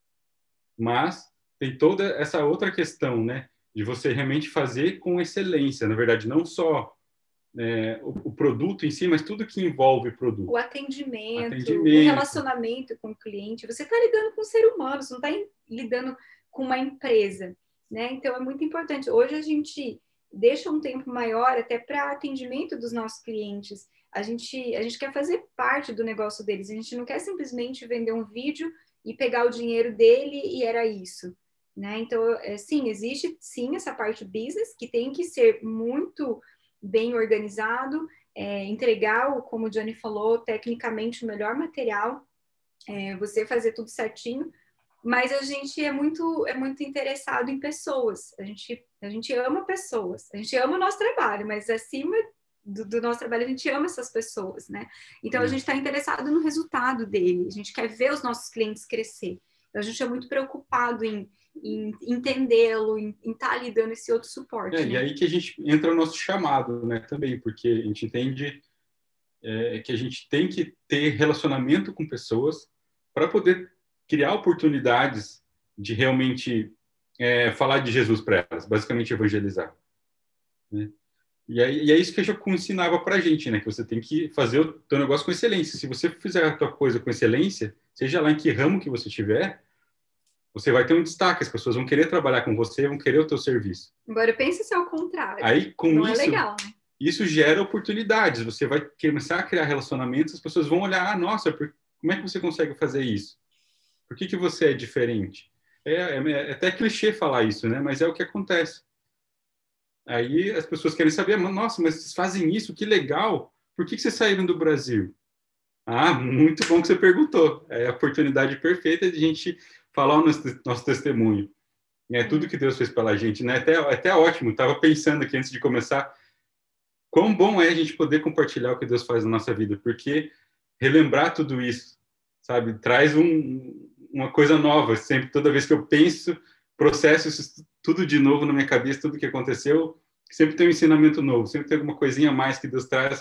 Mas tem toda essa outra questão, né? De você realmente fazer com excelência, na verdade, não só É, o, o produto em si, mas tudo que envolve o produto. O atendimento, atendimento. o relacionamento com o cliente. Você está lidando com um ser humano, você não está lidando com uma empresa, né? Então, é muito importante. Hoje, a gente deixa um tempo maior até para atendimento dos nossos clientes. A gente, a gente quer fazer parte do negócio deles. A gente não quer simplesmente vender um vídeo e pegar o dinheiro dele e era isso, né? Então, é, sim, existe sim essa parte business que tem que ser muito bem organizado, é, entregar, como o Johnny falou, tecnicamente o melhor material, é, você fazer tudo certinho, mas a gente é muito, é muito interessado em pessoas, a gente, a gente ama pessoas, a gente ama o nosso trabalho, mas acima do, do nosso trabalho a gente ama essas pessoas, né? Então a gente está interessado no resultado dele, a gente quer ver os nossos clientes crescer, então a gente é muito preocupado em em entendê-lo, em estar tá lhe dando esse outro suporte. É, né? E aí que a gente entra no nosso chamado, né, também, porque a gente entende é, que a gente tem que ter relacionamento com pessoas para poder criar oportunidades de realmente é, falar de Jesus para elas, basicamente evangelizar. Né? E, aí, e é isso que eu já ensinava para a gente, né, que você tem que fazer o teu negócio com excelência. Se você fizer a tua coisa com excelência, seja lá em que ramo que você estiver, você vai ter um destaque, as pessoas vão querer trabalhar com você, vão querer o teu serviço. Agora, pense se é o contrário. Aí, com Não isso, é legal, né? isso gera oportunidades. Você vai começar a criar relacionamentos, as pessoas vão olhar, ah, nossa, por, como é que você consegue fazer isso? Por que, que você é diferente? É, é, é até clichê falar isso, né? Mas é o que acontece. Aí as pessoas querem saber, nossa, mas vocês fazem isso, que legal. Por que, que vocês saíram do Brasil? Ah, muito bom que você perguntou. É a oportunidade perfeita de a gente falar o nosso, nosso testemunho. É tudo que Deus fez pela gente, né? Até, até ótimo. Estava pensando aqui antes de começar, quão bom é a gente poder compartilhar o que Deus faz na nossa vida, porque relembrar tudo isso, sabe, traz um, uma coisa nova. Sempre, toda vez que eu penso, processo isso tudo de novo na minha cabeça, tudo que aconteceu, sempre tem um ensinamento novo, sempre tem alguma coisinha a mais que Deus traz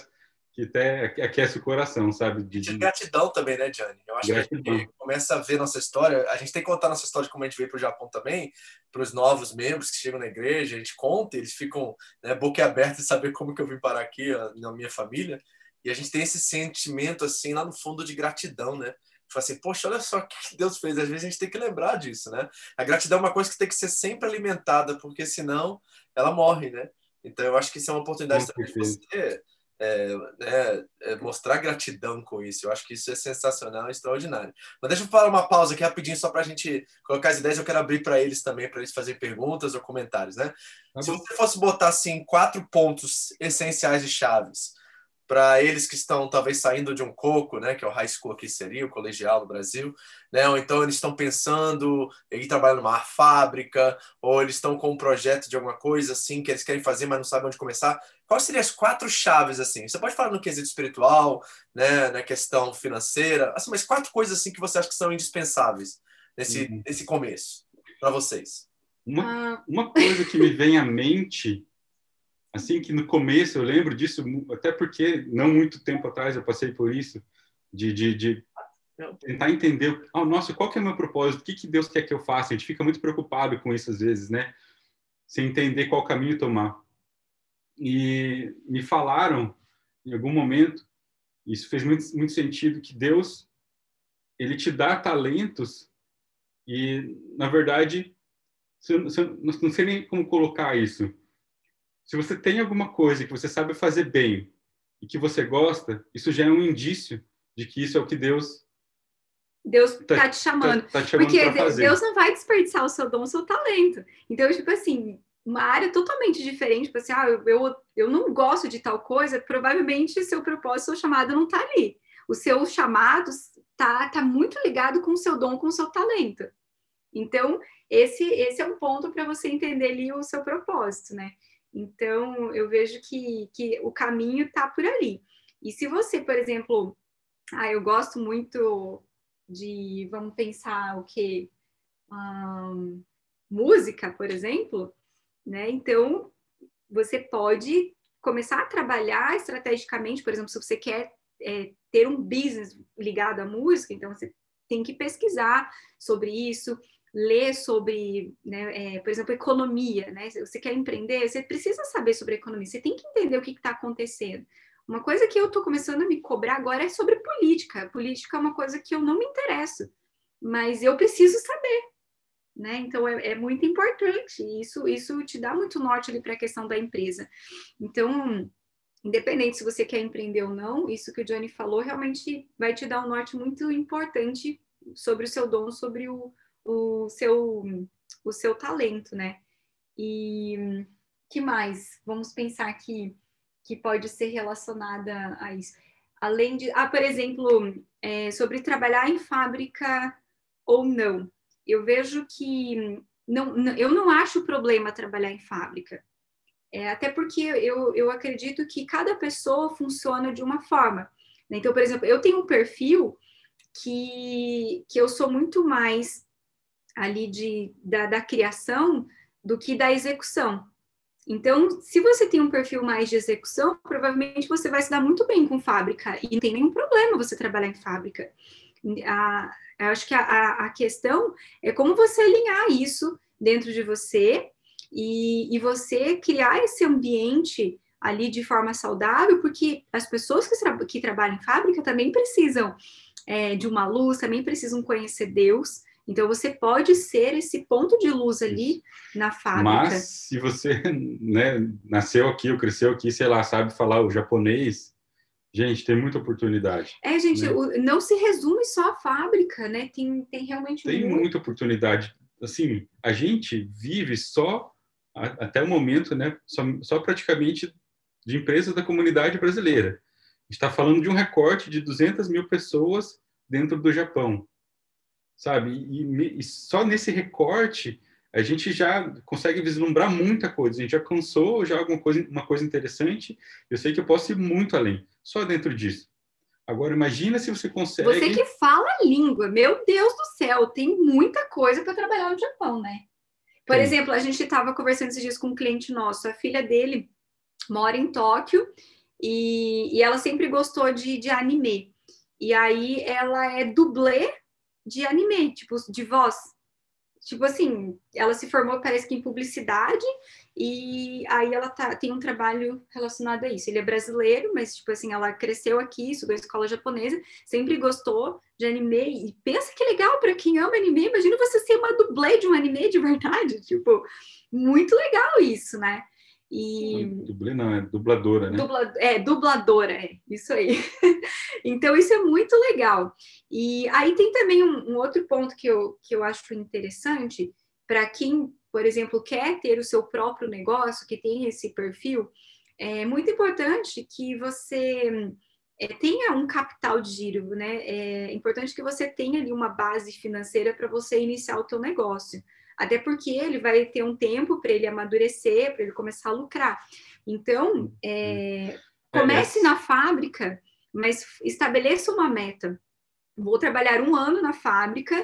que até aquece o coração, sabe? De, de gratidão também, né, Gianni? Eu acho gratidão. Que a gente começa a ver nossa história, a gente tem que contar nossa história de como a gente veio para o Japão também, para os novos membros que chegam na igreja, a gente conta, eles ficam, né, boquiabertos de saber como que eu vim parar aqui, na minha família, e a gente tem esse sentimento, assim, lá no fundo de gratidão, né? Fala assim, poxa, olha só o que Deus fez. Às vezes a gente tem que lembrar disso, né? A gratidão é uma coisa que tem que ser sempre alimentada, porque senão ela morre, né? Então eu acho que isso é uma oportunidade também de você é, é, é mostrar gratidão com isso. Eu acho que isso é sensacional, extraordinário. Mas deixa eu falar uma pausa aqui rapidinho, só para a gente colocar as ideias. Eu quero abrir para eles também, para eles fazerem perguntas ou comentários, né? Tá. Se você fosse botar assim quatro pontos essenciais de chaves para eles que estão talvez saindo de um coco, né, que é o high school aqui seria, o colegial no Brasil, né, ou então eles estão pensando em trabalhar numa fábrica, ou eles estão com um projeto de alguma coisa assim que eles querem fazer, mas não sabem onde começar. Quais seriam as quatro chaves assim? Você pode falar no quesito espiritual, né, na questão financeira, assim, mas quatro coisas assim que você acha que são indispensáveis nesse, uhum. nesse começo para vocês. Uma, uma coisa que me vem à mente, assim, que no começo eu lembro disso, até porque não muito tempo atrás eu passei por isso, de, de, de tentar entender, oh, nossa, qual que é o meu propósito? O que, que Deus quer que eu faça? A gente fica muito preocupado com isso às vezes, né? Sem entender qual caminho tomar. E me falaram, em algum momento, isso fez muito, muito sentido, que Deus, ele te dá talentos e, na verdade, eu, eu não sei nem como colocar isso. Se você tem alguma coisa que você sabe fazer bem e que você gosta, isso já é um indício de que isso é o que Deus Deus tá, tá te chamando. Tá, tá te chamando Porque fazer. Deus não vai desperdiçar o seu dom, o seu talento. Então, tipo assim, uma área totalmente diferente, tipo assim, ah, eu, eu, eu não gosto de tal coisa, provavelmente seu propósito, seu chamado não tá ali. O seu chamado tá, tá muito ligado com o seu dom, com o seu talento. Então, esse, esse é um ponto para você entender ali o seu propósito, né? Então, eu vejo que, que o caminho está por ali. E se você, por exemplo, ah, eu gosto muito de, vamos pensar o quê? Hum, música, por exemplo, né? Então, você pode começar a trabalhar estrategicamente, por exemplo, se você quer é, ter um business ligado à música, então você tem que pesquisar sobre isso, ler sobre, né, é, por exemplo, economia, né? Se você quer empreender, você precisa saber sobre economia, você tem que entender o que está acontecendo. Uma coisa que eu estou começando a me cobrar agora é sobre política. Política é uma coisa que eu não me interesso, mas eu preciso saber, né? Então é, é muito importante. Isso, isso te dá muito norte ali para a questão da empresa. Então, independente se você quer empreender ou não, isso que o Johnny falou realmente vai te dar um norte muito importante sobre o seu dom, sobre o o seu, o seu talento, né? E que mais? Vamos pensar aqui que pode ser relacionada a isso. Além de, ah, por exemplo, é, sobre trabalhar em fábrica ou não. Eu vejo que não, não, eu não acho problema trabalhar em fábrica. É, até porque eu, eu acredito que cada pessoa funciona de uma forma. Né? Então, por exemplo, eu tenho um perfil que, que eu sou muito mais ali de, da, da criação do que da execução. Então, se você tem um perfil mais de execução, provavelmente você vai se dar muito bem com fábrica e não tem nenhum problema você trabalhar em fábrica. A, eu acho que a, a questão é como você alinhar isso dentro de você e, e você criar esse ambiente ali de forma saudável, porque as pessoas que, tra que trabalham em fábrica também precisam é, de uma luz, também precisam conhecer Deus. Então, você pode ser esse ponto de luz ali na fábrica. Mas, se você né, nasceu aqui ou cresceu aqui, sei lá, sabe falar o japonês, gente, tem muita oportunidade. É, gente, né? o, não se resume só à fábrica, né? Tem, tem realmente Tem muito... muita oportunidade. Assim, a gente vive só, a, até o momento, né, só, só praticamente de empresas da comunidade brasileira. A gente está falando de um recorte de duzentas mil pessoas dentro do Japão. Sabe? E, e só nesse recorte a gente já consegue vislumbrar muita coisa. A gente já cansou já alguma coisa, uma coisa interessante. Eu sei que eu posso ir muito além, só dentro disso. Agora, imagina se você consegue... Você que fala a língua, meu Deus do céu, tem muita coisa para trabalhar no Japão, né? Por tem. exemplo, a gente estava conversando esses dias com um cliente nosso, a filha dele mora em Tóquio e, e ela sempre gostou de, de anime. E aí ela é dublê de anime, tipo, de voz. Tipo assim, ela se formou, parece que em publicidade, e aí ela tá, tem um trabalho relacionado a isso. Ele é brasileiro, mas, tipo assim, ela cresceu aqui, estudou escola japonesa, sempre gostou de anime, e pensa que legal para quem ama anime, imagina você ser uma dublê de um anime de verdade, tipo, muito legal isso, né? E... Dublê não, é dubladora, né? Dubla, é, dubladora, é, isso aí. Então, isso é muito legal. E aí tem também um, um outro ponto que eu, que eu acho interessante, para quem, por exemplo, quer ter o seu próprio negócio, que tem esse perfil, é muito importante que você é, tenha um capital de giro, né? É importante que você tenha ali uma base financeira para você iniciar o teu negócio. Até porque ele vai ter um tempo para ele amadurecer, para ele começar a lucrar. Então, é, comece na fábrica, mas estabeleça uma meta. Vou trabalhar um ano na fábrica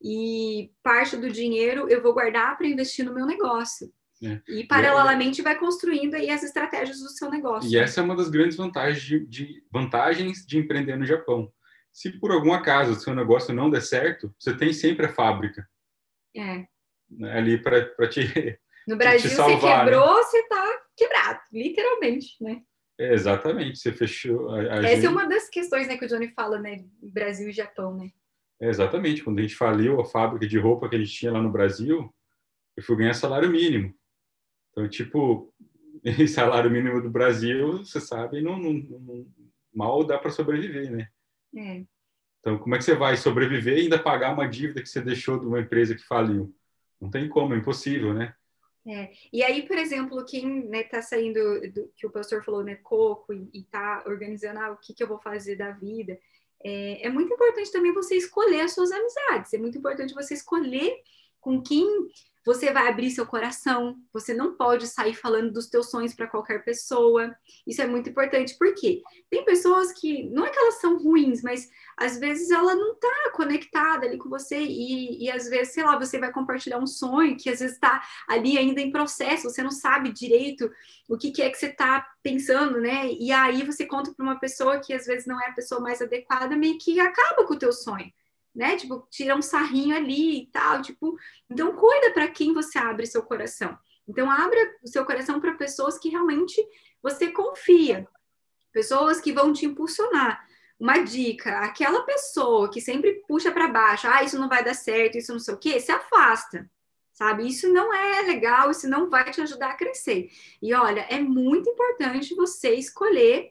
e parte do dinheiro eu vou guardar para investir no meu negócio. É. E, paralelamente, vai construindo aí as estratégias do seu negócio. E essa é uma das grandes vantagens de, de, vantagens de empreender no Japão. Se, por algum acaso, o seu negócio não der certo, você tem sempre a fábrica. É. Ali para te No Brasil, te salvar, você quebrou, né? você tá quebrado, literalmente, né? É, exatamente, você fechou. A, a Essa gente... é uma das questões, né, que o Johnny fala, né? Brasil e Japão, né? É, exatamente, quando a gente faliu a fábrica de roupa que a gente tinha lá no Brasil, eu fui ganhar salário mínimo. Então, tipo, salário mínimo do Brasil, você sabe, não, não, não mal dá para sobreviver, né? É. Então, como é que você vai sobreviver e ainda pagar uma dívida que você deixou de uma empresa que faliu? Não tem como, é impossível, né? É. E aí, por exemplo, quem né, tá saindo do que o pastor falou, né, coco, e, e tá organizando ah, o que, que eu vou fazer da vida, é, é muito importante também você escolher as suas amizades, é muito importante você escolher com quem você vai abrir seu coração, você não pode sair falando dos teus sonhos para qualquer pessoa, isso é muito importante, porque tem pessoas que, não é que elas são ruins, mas às vezes ela não tá conectada ali com você e, e às vezes, sei lá, você vai compartilhar um sonho que às vezes está ali ainda em processo, você não sabe direito o que, que é que você está pensando, né? E aí você conta para uma pessoa que às vezes não é a pessoa mais adequada, meio que acaba com o teu sonho, né? Tipo, tira um sarrinho ali e tal, tipo, então cuida para quem você abre seu coração. Então abra o seu coração para pessoas que realmente você confia, pessoas que vão te impulsionar. Uma dica, aquela pessoa que sempre puxa para baixo, ah, isso não vai dar certo, isso não sei o quê, se afasta, sabe? Isso não é legal, isso não vai te ajudar a crescer. E olha, é muito importante você escolher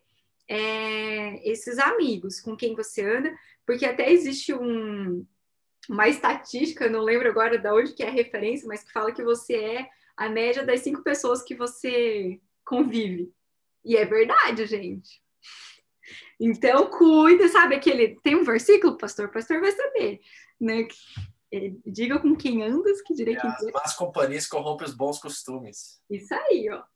é, esses amigos com quem você anda, porque até existe um, uma estatística, não lembro agora de onde que é a referência, mas que fala que você é a média das cinco pessoas que você convive. E é verdade, gente. Então, cuida, sabe aquele... Tem um versículo, pastor? O pastor vai saber, né? Diga com quem andas, que direi quem... As más companhias corrompem os bons costumes. Isso aí, ó.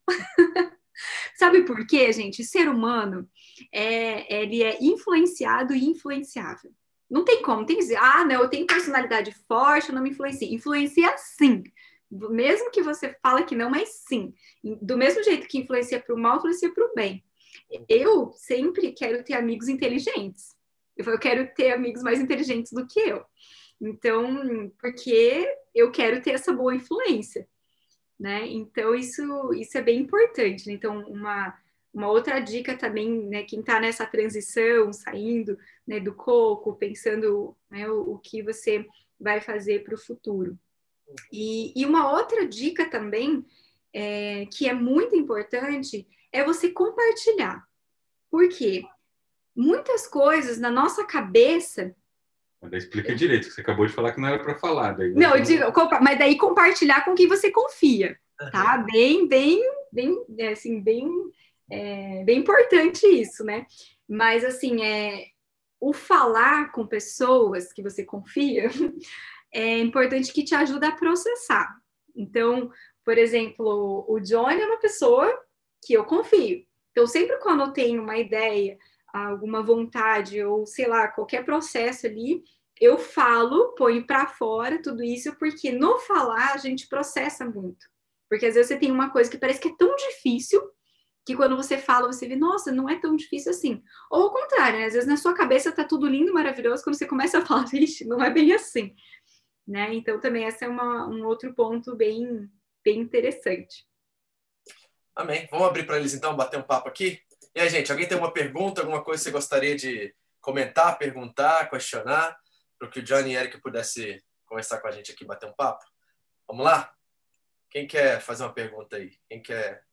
Sabe por quê, gente? Ser humano, é, ele é influenciado e influenciável. Não tem como, tem que dizer, ah, não, eu tenho personalidade forte, eu não me influencia. Influencia sim. Mesmo que você fala que não, mas sim. Do mesmo jeito que influencia para o mal, influencia para o bem. Eu sempre quero ter amigos inteligentes. Eu quero ter amigos mais inteligentes do que eu. Então, porque eu quero ter essa boa influência, né? Então, isso, isso é bem importante. Né? Então, uma, uma outra dica também, né? Quem está nessa transição, saindo né, do coco, pensando né, o, o que você vai fazer para o futuro. E, e uma outra dica também, é, que é muito importante, é você compartilhar. Por quê? Muitas coisas na nossa cabeça... Mas explica direito, que você acabou de falar que não era para falar. Daí não, eu digo, mas daí compartilhar com quem você confia, tá? Bem, bem, bem, assim, bem, é, bem importante isso, né? Mas, assim, é, o falar com pessoas que você confia é importante que te ajude a processar. Então, por exemplo, o Johnny é uma pessoa que eu confio. Então, sempre quando eu tenho uma ideia, alguma vontade ou, sei lá, qualquer processo ali, eu falo, ponho para fora tudo isso, porque no falar a gente processa muito. Porque às vezes você tem uma coisa que parece que é tão difícil, que quando você fala, você vê, nossa, não é tão difícil assim. Ou ao contrário, né? Às vezes na sua cabeça tá tudo lindo, maravilhoso, quando você começa a falar, vixe, não é bem assim, né? Então também esse é uma, um outro ponto bem, bem interessante. Amém. Vamos abrir para eles então, bater um papo aqui? E aí, gente, alguém tem uma pergunta, alguma coisa que você gostaria de comentar, perguntar, questionar, para que o Johnny e Eric pudessem conversar com a gente aqui, bater um papo? Vamos lá? Quem quer fazer uma pergunta aí? Quem quer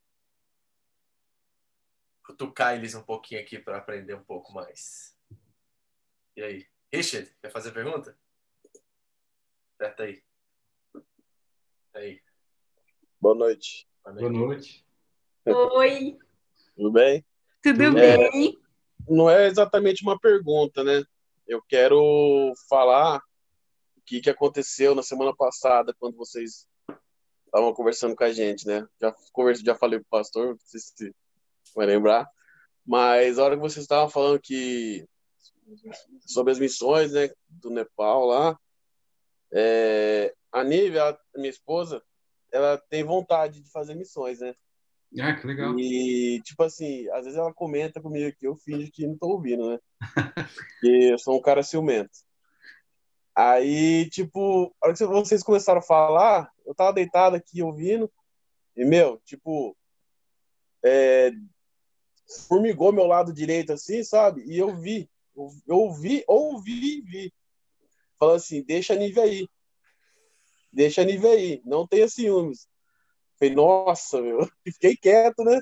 cutucar eles um pouquinho aqui para aprender um pouco mais? E aí? Richard, quer fazer pergunta? Aperta aí. Aí. Boa noite. Boa noite. Oi, Tudo bem? tudo Tudo bem? Não é exatamente uma pergunta, né? Eu quero falar o que, que aconteceu na semana passada, quando vocês estavam conversando com a gente, né? Já, converse, já falei pro pastor, não sei se vai lembrar, mas a hora que vocês estavam falando que sobre as missões, né, do Nepal lá, é, a Nívia, a minha esposa, ela tem vontade de fazer missões, né? Ah, que legal. E, tipo assim, às vezes ela comenta comigo aqui, eu finjo que não tô ouvindo, né? Porque eu sou um cara ciumento. Aí, tipo, a hora que vocês começaram a falar, eu tava deitado aqui ouvindo, e, meu, tipo, é, formigou meu lado direito assim, sabe? E eu vi, eu, eu ouvi, ouvi, vi. Falando assim, deixa a Nívia aí. Deixa a Nívia aí, não tenha ciúmes. Falei, nossa, meu, fiquei quieto, né?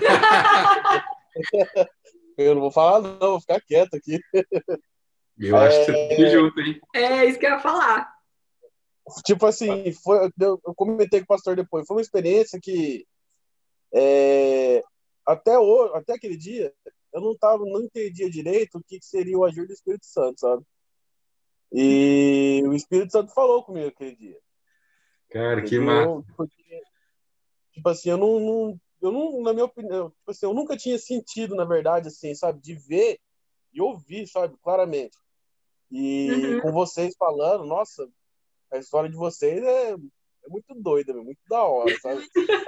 Eu não vou falar não, vou ficar quieto aqui. Eu acho que você tem que ir junto, hein? É isso que eu ia falar. Tipo assim, foi, eu, eu comentei com o pastor depois, foi uma experiência que é, até, hoje, até aquele dia eu não, tava, não entendia direito o que, que seria o agir do Espírito Santo, sabe? E o Espírito Santo falou comigo aquele dia. Cara, que Entendeu? massa. Porque, tipo assim, eu não, não, eu não, na minha opinião, tipo assim, eu nunca tinha sentido, na verdade, assim, sabe, de ver e ouvir, sabe, claramente. E Uhum. com vocês falando, nossa, a história de vocês é, é muito doida, meu, muito da hora, sabe?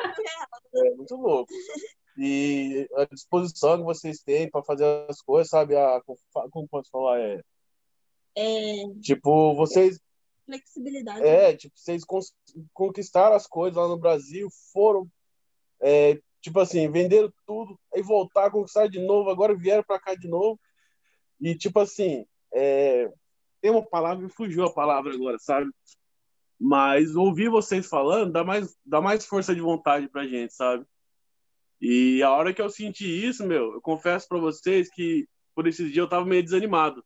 É muito louco. E a disposição que vocês têm para fazer as coisas, sabe? A, como posso falar? É, É, tipo, vocês. flexibilidade. É, tipo, vocês conquistaram as coisas lá no Brasil, foram, é, tipo assim, venderam tudo, aí voltaram, conquistaram de novo, agora vieram para cá de novo. E, tipo assim, é, tem uma palavra, me fugiu a palavra agora, sabe? Mas ouvir vocês falando dá mais, dá mais força de vontade pra gente, sabe? E a hora que eu senti isso, meu, eu confesso pra vocês que por esses dias eu tava meio desanimado.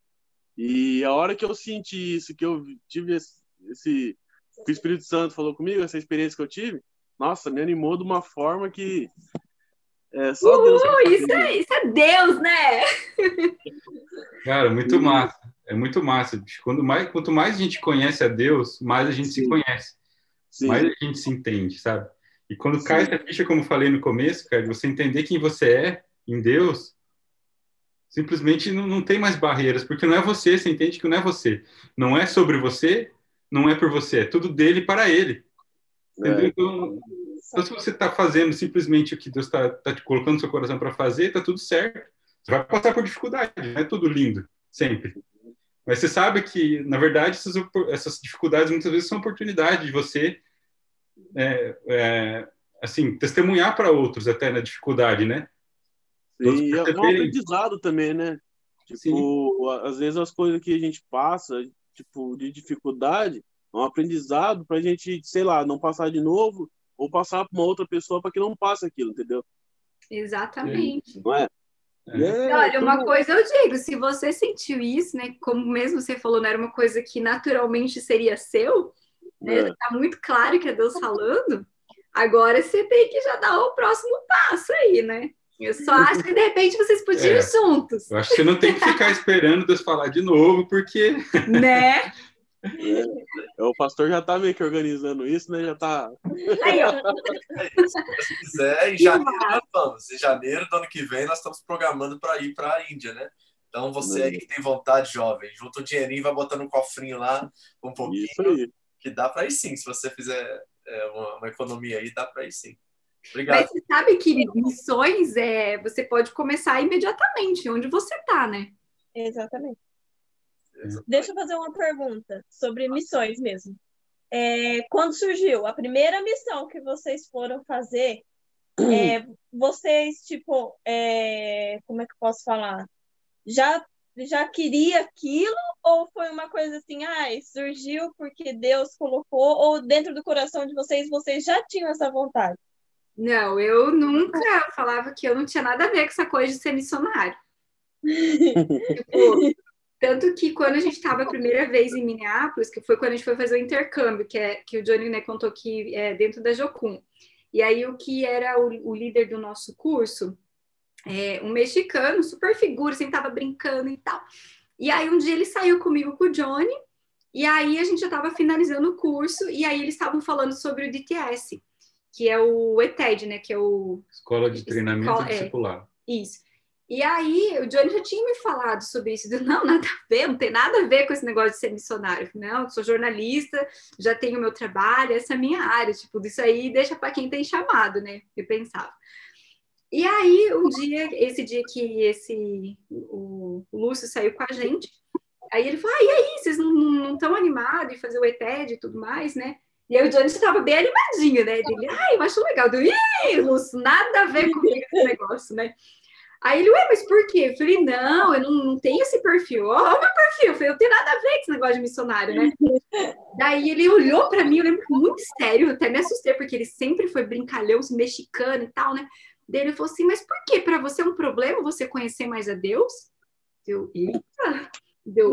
E a hora que eu senti isso, que eu tive esse, esse que o Espírito Santo falou comigo, essa experiência que eu tive, nossa, me animou de uma forma que é só Deus pra Uhul, fazer. isso é, isso é Deus, né? Cara, muito massa. É muito massa. bicho. Quando mais, quanto mais a gente conhece a Deus, mais a gente se Sim. conhece. Sim. Mais a gente se entende, sabe? E quando Sim. cai essa ficha, como eu falei no começo, cara, você entender quem você é em Deus, simplesmente não, não tem mais barreiras, porque não é você, você entende que não é você. Não é sobre você, não é por você, é tudo dele para ele. Entendeu? É. Então, então, se você está fazendo simplesmente o que Deus está tá te colocando no seu coração para fazer, está tudo certo. Você vai passar por dificuldade, não é tudo lindo, sempre. Mas você sabe que, na verdade, essas, essas dificuldades muitas vezes são oportunidade de você, é, é, assim, testemunhar para outros até na dificuldade, né? Todos Sim, é um perceberem. aprendizado também, né? Tipo, Sim. às vezes as coisas que a gente passa, tipo, de dificuldade, é um aprendizado pra gente, sei lá, não passar de novo ou passar pra uma outra pessoa para que não passe aquilo, entendeu? Exatamente. Não é? É. E é E olha, uma tudo- coisa eu digo, se você sentiu isso, né, como mesmo você falou, não era uma coisa que naturalmente seria seu, né, É. já tá muito claro que é Deus falando, agora você tem que já dar o próximo passo aí, né? Eu só acho que de repente vocês podiam É. ir juntos, Eu acho que você não tem que ficar esperando Deus falar de novo, porque né? É, o pastor já tá meio que organizando isso, né? Já tá. Aí, ó, É isso. Se quiser, em janeiro nós vamos. Em janeiro do ano que vem nós estamos programando para ir para a Índia, né? Então você aí que tem vontade, jovem, junta um dinheirinho, vai botando um cofrinho lá, um pouquinho, Isso aí. que dá para ir sim. Se você fizer é, uma, uma economia aí, dá para ir sim. Obrigado. Mas você sabe que missões é, você pode começar imediatamente, onde você está, né? Exatamente. Exatamente. Deixa eu fazer uma pergunta sobre missões mesmo. É, quando surgiu a primeira missão que vocês foram fazer, é, vocês, tipo, é, como é que eu posso falar? Já, já queria aquilo ou foi uma coisa assim, ai, surgiu porque Deus colocou, ou dentro do coração de vocês, vocês já tinham essa vontade? Não, eu nunca falava que eu não tinha nada a ver com essa coisa de ser missionário. Tipo, tanto que quando a gente estava a primeira vez em Minneapolis, que foi quando a gente foi fazer o intercâmbio, que, é, que o Johnny, né, contou que é dentro da Jocum. E aí o que era o, o líder do nosso curso, é, um mexicano, super figura, sempre tava brincando e tal. E aí um dia ele saiu comigo com o Johnny, e aí a gente já estava finalizando o curso, e aí eles estavam falando sobre o D T S, que é o E T E D, né, que é o... Escola de Treinamento Escola- é, Discipulado. Isso. E aí, o Johnny já tinha me falado sobre isso. Eu, não, nada a ver, não tem nada a ver com esse negócio de ser missionário. Eu falei, não, eu sou jornalista, já tenho meu trabalho, essa é a minha área. Tipo, isso aí deixa para quem tem chamado, né? Eu pensava. E aí, um dia, esse dia que esse, o, o Lúcio saiu com a gente, aí ele falou, ah, e aí, vocês não estão animados em fazer o E T E D e tudo mais, né? E aí o Johnny estava bem animadinho, né? Ele, ah, eu acho legal. Eu, ih, Lúcio, nada a ver comigo esse negócio, né? Aí ele, ué, mas por quê? Eu falei, não, eu não, não tenho esse perfil. Ó, o meu perfil. Eu falei, eu tenho nada a ver com esse negócio de missionário, né? Daí ele olhou para mim, eu lembro muito sério, eu até me assustei, porque ele sempre foi brincalhão, mexicano e tal, né? Daí ele falou assim, mas por que? Para você é um problema você conhecer mais a Deus? Eu, eita! Deu...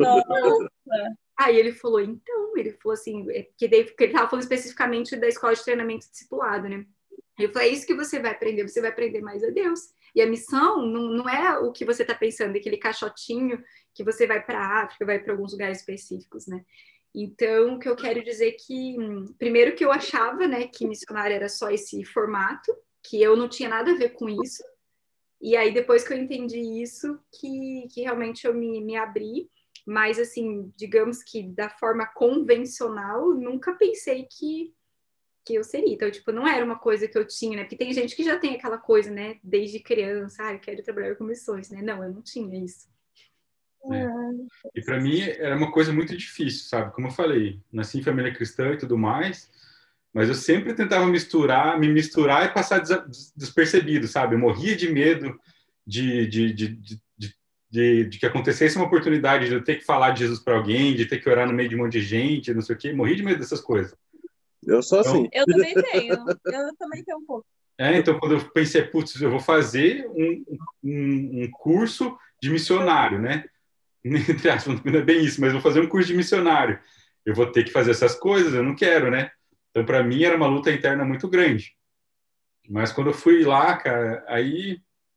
Aí ele falou, então, ele falou assim, é porque daí porque ele estava falando especificamente da escola de treinamento discipulado, né? Eu falei, é isso que você vai aprender, você vai aprender mais a Deus. E a missão não, não é o que você está pensando, aquele caixotinho que você vai para a África, vai para alguns lugares específicos, né? Então, o que eu quero dizer é que, primeiro que eu achava, né, que missionário era só esse formato, que eu não tinha nada a ver com isso. E aí, depois que eu entendi isso, que, que realmente eu me, me abri. Mas, assim, digamos que da forma convencional, nunca pensei que que eu seria. Então, tipo, não era uma coisa que eu tinha, né? Porque tem gente que já tem aquela coisa, né? Desde criança, ah, eu quero trabalhar com missões, né? Não, eu não tinha isso. É. E para mim era uma coisa muito difícil, sabe? Como eu falei, nasci em família cristã e tudo mais, mas eu sempre tentava misturar, me misturar e passar des despercebido, sabe? Eu morria de medo de, de, de, de, de, de, de que acontecesse uma oportunidade de eu ter que falar de Jesus para alguém, de ter que orar no meio de um monte de gente, não sei o quê. Morria de medo dessas coisas. Eu sou assim. Eu também tenho. Eu também tenho um pouco. É, então, quando eu pensei, putz, eu vou fazer um, um, um curso de missionário, né? Entre aspas, não é bem isso, mas vou fazer um curso de missionário. Eu vou ter que fazer essas coisas, eu não quero, né? Então, para mim, era uma luta interna muito grande. Mas quando eu fui lá, cara, aí...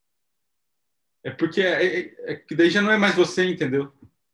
É porque é, é, é que daí já não é mais você, entendeu?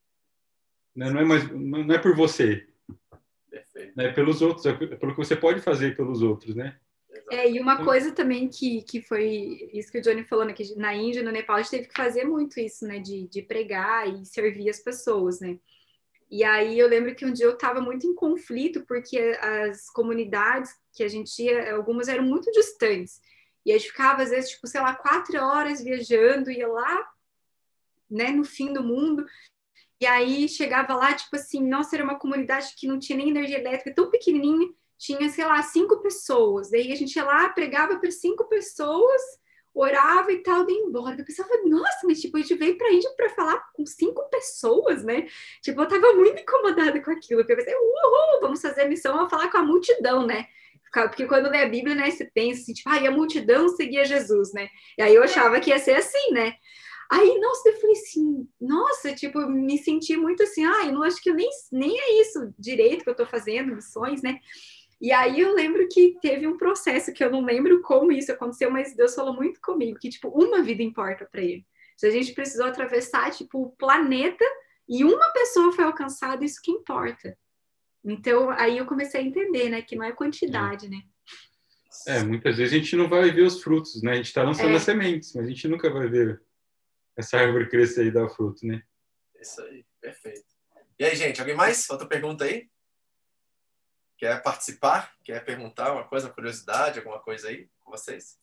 Não é, mais, não é por você. Perfeito. É pelos outros, é pelo que você pode fazer pelos outros, né? É, e uma coisa também que, que foi isso que o Johnny falou, né? Que na Índia, no Nepal, a gente teve que fazer muito isso, né? De, de pregar e servir as pessoas, né? E aí eu lembro que um dia eu estava muito em conflito, porque as comunidades que a gente ia, algumas eram muito distantes. E a gente ficava, às vezes, tipo, sei lá, quatro horas viajando, ia lá, né, no fim do mundo. E aí chegava lá, tipo assim, nossa, era uma comunidade que não tinha nem energia elétrica, tão pequenininha, tinha, sei lá, cinco pessoas. Daí a gente ia lá, pregava para cinco pessoas, orava e tal, e ia embora. Eu pensava, nossa, mas tipo, a gente veio para a Índia para falar com cinco pessoas, né? Tipo, eu tava muito incomodada com aquilo, porque eu pensei, uhul, vamos fazer a missão, vamos falar com a multidão, né? Porque quando lê a Bíblia, né, você pensa assim, tipo, ah, e a multidão seguia Jesus, né? E aí eu achava que ia ser assim, né? Aí, nossa, eu falei assim, nossa, tipo, eu me senti muito assim, ah, eu não acho que eu nem, nem é isso direito que eu tô fazendo, missões, né? E aí eu lembro que teve um processo que eu não lembro como isso aconteceu, mas Deus falou muito comigo, que, tipo, uma vida importa para ele. Se a gente precisou atravessar, tipo, o planeta e uma pessoa foi alcançada, isso que importa. Então, aí eu comecei a entender, né, que não é quantidade, é. né? É, muitas vezes a gente não vai ver os frutos, né? A gente está lançando É. as sementes, mas a gente nunca vai ver essa árvore crescer e dar fruto, né? Isso aí, perfeito. E aí, gente, alguém mais? Outra pergunta aí? quer participar? Quer perguntar uma coisa, uma curiosidade, alguma coisa aí com vocês?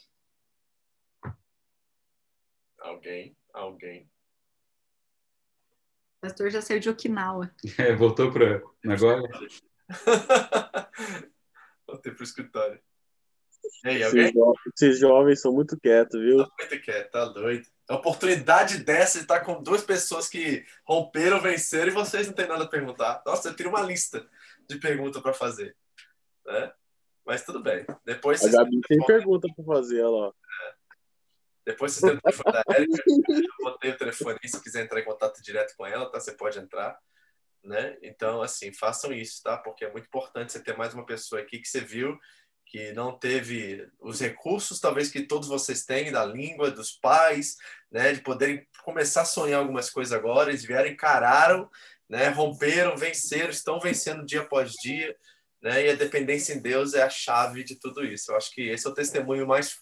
Alguém? Alguém? O pastor já saiu de Okinawa. É, voltou para agora. Voltei pro escritório. E aí, Esses, alguém? jo esses jovens são muito quietos, viu? Tá muito quieto, tá doido. A oportunidade dessa de estar com duas pessoas que romperam, venceram e vocês não tem nada a perguntar. Nossa, eu teria uma lista de perguntas para fazer, né? Mas tudo bem. Depois A vocês Gabi tem telefone, pergunta para fazer, olha lá. depois vocês têm o telefone da Érica. Eu botei o telefone aí, se quiser entrar em contato direto com ela, tá? Você pode entrar, né? Então, assim, façam isso, tá? Porque é muito importante você ter mais uma pessoa aqui que você viu que não teve os recursos, talvez, que todos vocês têm, da língua, dos pais, né, de poderem começar a sonhar algumas coisas agora. Eles vieram, encararam, né, romperam, venceram, estão vencendo dia após dia, né, e a dependência em Deus é a chave de tudo isso. Eu acho que esse é o testemunho mais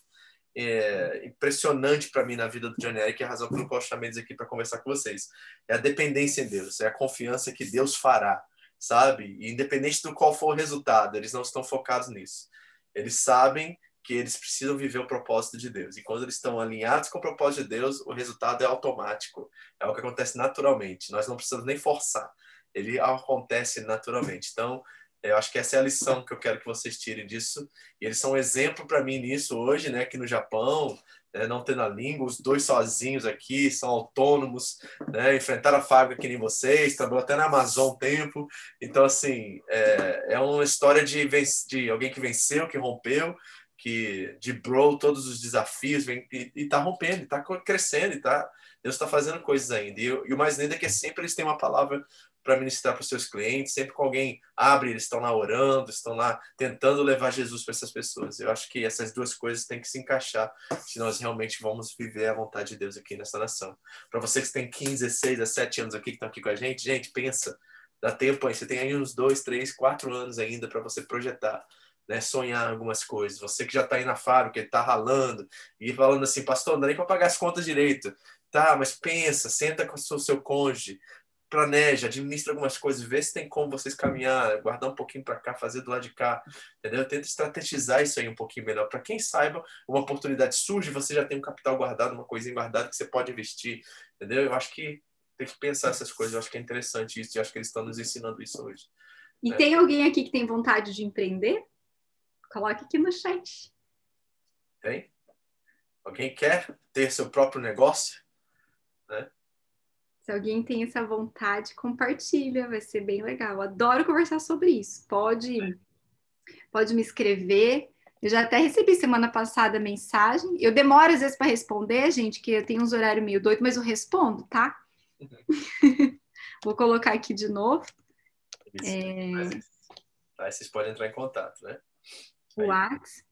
é, impressionante para mim na vida do Johnny Eric, que é a razão pelo qual eu chamei eles aqui para conversar com vocês. É a dependência em Deus, é a confiança que Deus fará, sabe? E independente do qual for o resultado, eles não estão focados nisso. Eles sabem que eles precisam viver o propósito de Deus. E quando eles estão alinhados com o propósito de Deus, o resultado é automático. É o que acontece naturalmente. Nós não precisamos nem forçar. Ele acontece naturalmente. Então, eu acho que essa é a lição que eu quero que vocês tirem disso. E eles são um exemplo para mim nisso hoje, né? Aqui no Japão, né, não tendo a língua, os dois sozinhos aqui, são autônomos, né? Enfrentaram a fábrica que nem vocês, trabalhou até na Amazon um tempo. Então, assim, é, é uma história de, de alguém que venceu, que rompeu, que debrou todos os desafios vem, e está rompendo, está crescendo, e tá, Deus está fazendo coisas ainda. E, e o mais lindo é que sempre eles têm uma palavra para ministrar para os seus clientes, sempre que alguém abre, eles estão lá orando, estão lá tentando levar Jesus para essas pessoas. Eu acho que essas duas coisas têm que se encaixar se nós realmente vamos viver a vontade de Deus aqui nessa nação. Para vocês que têm quinze, dezesseis, dezessete anos aqui, que estão aqui com a gente, gente, pensa, dá tempo aí, você tem aí uns dois, três, quatro anos ainda para você projetar, né, sonhar algumas coisas. Você que já está aí na fábrica, está ralando e falando assim, pastor, não dá nem para pagar as contas direito. Tá, mas pensa, senta com o seu, seu cônjuge, planeja, administra algumas coisas, vê se tem como vocês caminhar, guardar um pouquinho para cá, fazer do lado de cá, entendeu? Tenta estrategizar isso aí um pouquinho melhor. Para quem saiba, uma oportunidade surge, você já tem um capital guardado, uma coisinha guardada que você pode investir, entendeu? Eu acho que tem que pensar essas coisas, eu acho que é interessante isso, e acho que eles estão nos ensinando isso hoje. E né? Tem alguém aqui que tem vontade de empreender? Coloque aqui no chat. Tem? Alguém quer ter seu próprio negócio? Né? Se alguém tem essa vontade, compartilha, vai ser bem legal. Adoro conversar sobre isso. Pode, pode me escrever. Eu já até recebi semana passada mensagem. Eu demoro às vezes para responder, gente, que eu tenho uns horários meio doidos, mas eu respondo, tá? Uhum. Vou colocar aqui de novo. É... Aí vocês podem entrar em contato, né? O WhatsApp.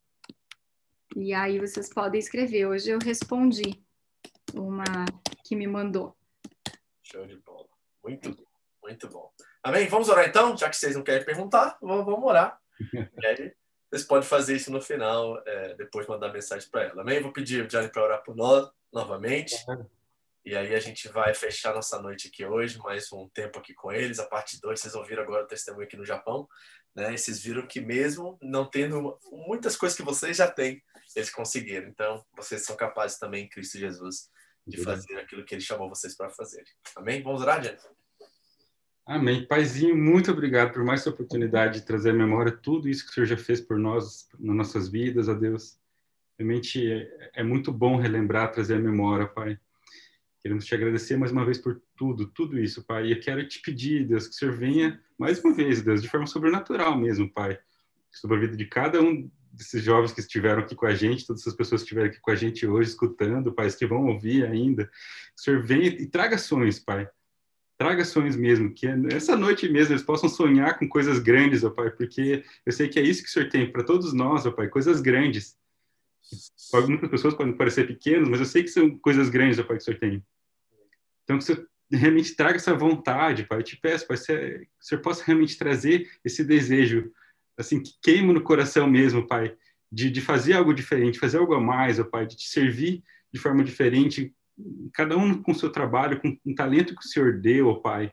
E aí vocês podem escrever. Hoje eu respondi uma que me mandou. Show de bola. Muito bom, muito bom. Amém? Vamos orar então? Já que vocês não querem perguntar, vamos orar. E aí, vocês podem fazer isso no final, é, depois mandar mensagem para ela. Amém? Vou pedir o Johnny para orar por nós novamente. E aí a gente vai fechar nossa noite aqui hoje, mais um tempo aqui com eles. A parte dois, vocês ouviram agora o testemunho aqui no Japão, né? E vocês viram que mesmo não tendo muitas coisas que vocês já têm, eles conseguiram. Então, vocês são capazes também em Cristo Jesus de fazer aquilo que ele chamou vocês para fazer. Amém? Vamos orar, Johnny? Amém. Paizinho, muito obrigado por mais essa oportunidade de trazer à memória tudo isso que o Senhor já fez por nós, nas nossas vidas, ó Deus. Realmente é, é muito bom relembrar, trazer à memória, Pai. Queremos te agradecer mais uma vez por tudo, tudo isso, Pai. E eu quero te pedir, Deus, que o Senhor venha mais uma vez, Deus, de forma sobrenatural mesmo, Pai, sobre a vida de cada um desses jovens que estiveram aqui com a gente, todas essas pessoas que estiveram aqui com a gente hoje, escutando, Pai, que vão ouvir ainda. Que o Senhor venha e traga sonhos, Pai. Traga sonhos mesmo, que essa noite mesmo eles possam sonhar com coisas grandes, ó Pai, porque eu sei que é isso que o Senhor tem para todos nós, ó Pai, coisas grandes. Para muitas pessoas podem parecer pequenos, mas eu sei que são coisas grandes, ó Pai, que o Senhor tem. Então, que o Senhor realmente traga essa vontade, Pai. Eu te peço, Pai, que o Senhor possa realmente trazer esse desejo, assim, que queima no coração mesmo, Pai, de, de fazer algo diferente, fazer algo a mais, ó Pai, de te servir de forma diferente, cada um com o seu trabalho, com o talento que o Senhor deu, ó Pai.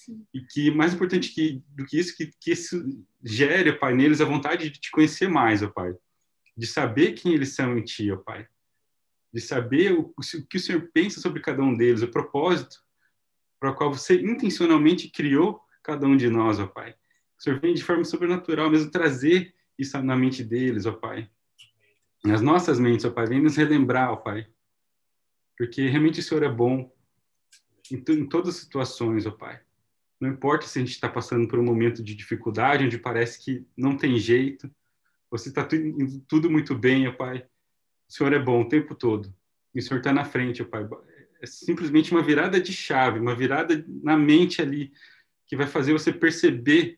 Sim. E que, mais importante que, do que isso, que, que isso gere, ó Pai, neles a vontade de te conhecer mais, ó Pai. De saber quem eles são em Ti, ó Pai. De saber o, o que o Senhor pensa sobre cada um deles, o propósito para o qual você intencionalmente criou cada um de nós, ó Pai. O Senhor vem de forma sobrenatural mesmo trazer isso na mente deles, ó Pai. Nas nossas mentes, ó Pai, vem nos relembrar, ó Pai. Porque realmente o Senhor é bom em, em todas as situações, ó Pai. Não importa se a gente está passando por um momento de dificuldade, onde parece que não tem jeito, ou se está tudo, tudo muito bem, ó Pai. O Senhor é bom o tempo todo. E o Senhor está na frente, ó Pai. É simplesmente uma virada de chave, uma virada na mente ali, que vai fazer você perceber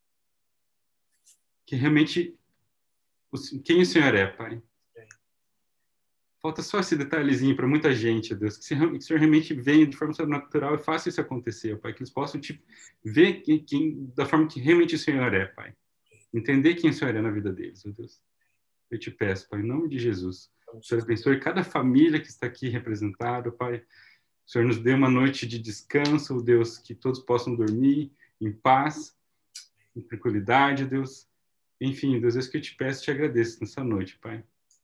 que realmente quem o Senhor é, Pai. Falta só esse detalhezinho para muita gente, Deus, que o Senhor realmente venha de forma sobrenatural e faça isso acontecer, Pai, que eles possam te ver quem, quem, da forma que realmente o Senhor é, Pai. Entender quem o Senhor é na vida deles, meu Deus. Eu te peço, Pai, em nome de Jesus. O Senhor abençoe cada família que está aqui representada, Pai. O Senhor nos dê uma noite de descanso, Deus, que todos possam dormir em paz, em tranquilidade, Deus. Enfim, Deus, é isso que eu te peço e te agradeço nessa noite, Pai.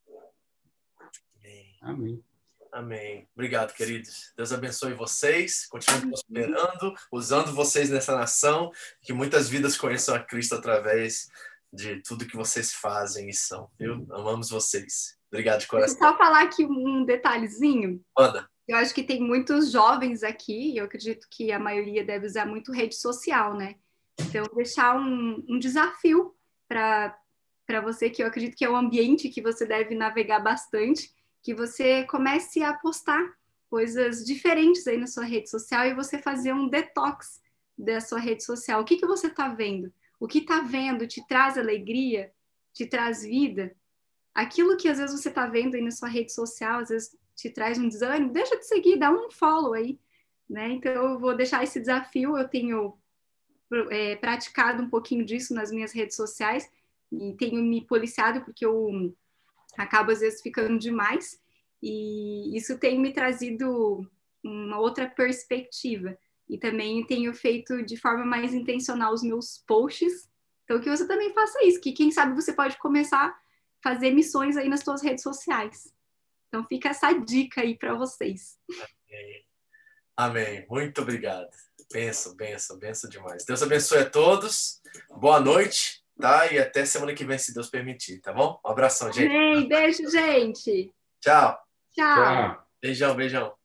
Amém. Amém. Amém. Obrigado, queridos. Deus abençoe vocês, continue prosperando, usando vocês nessa nação, que muitas vidas conheçam a Cristo através de tudo que vocês fazem e são, viu? Amamos vocês. Obrigado de coração. Deixa eu só falar aqui um detalhezinho. Manda. Eu acho que tem muitos jovens aqui, e eu acredito que a maioria deve usar muito rede social, né? Então, deixar um, um desafio para para você, que eu acredito que é o ambiente que você deve navegar bastante, que você comece a postar coisas diferentes aí na sua rede social e você fazer um detox da sua rede social. O que, que você está vendo? O que está vendo te traz alegria, te traz vida? Aquilo que às vezes você está vendo aí na sua rede social, às vezes te traz um desânimo, deixa de seguir, dá um follow aí, né? Então eu vou deixar esse desafio, eu tenho é, praticado um pouquinho disso nas minhas redes sociais e tenho me policiado porque eu acabo às vezes ficando demais e isso tem me trazido uma outra perspectiva e também tenho feito de forma mais intencional os meus posts, então que você também faça isso, que quem sabe você pode começar a fazer missões aí nas suas redes sociais. Então fica essa dica aí para vocês. Amém. Amém. Muito obrigado. Benção, benção, benção demais. Deus abençoe a todos. Boa noite. Tá? E até semana que vem, se Deus permitir, tá bom? Um abração, gente. Amém. Beijo, gente. Tchau. Tchau. Tchau. Beijão, beijão.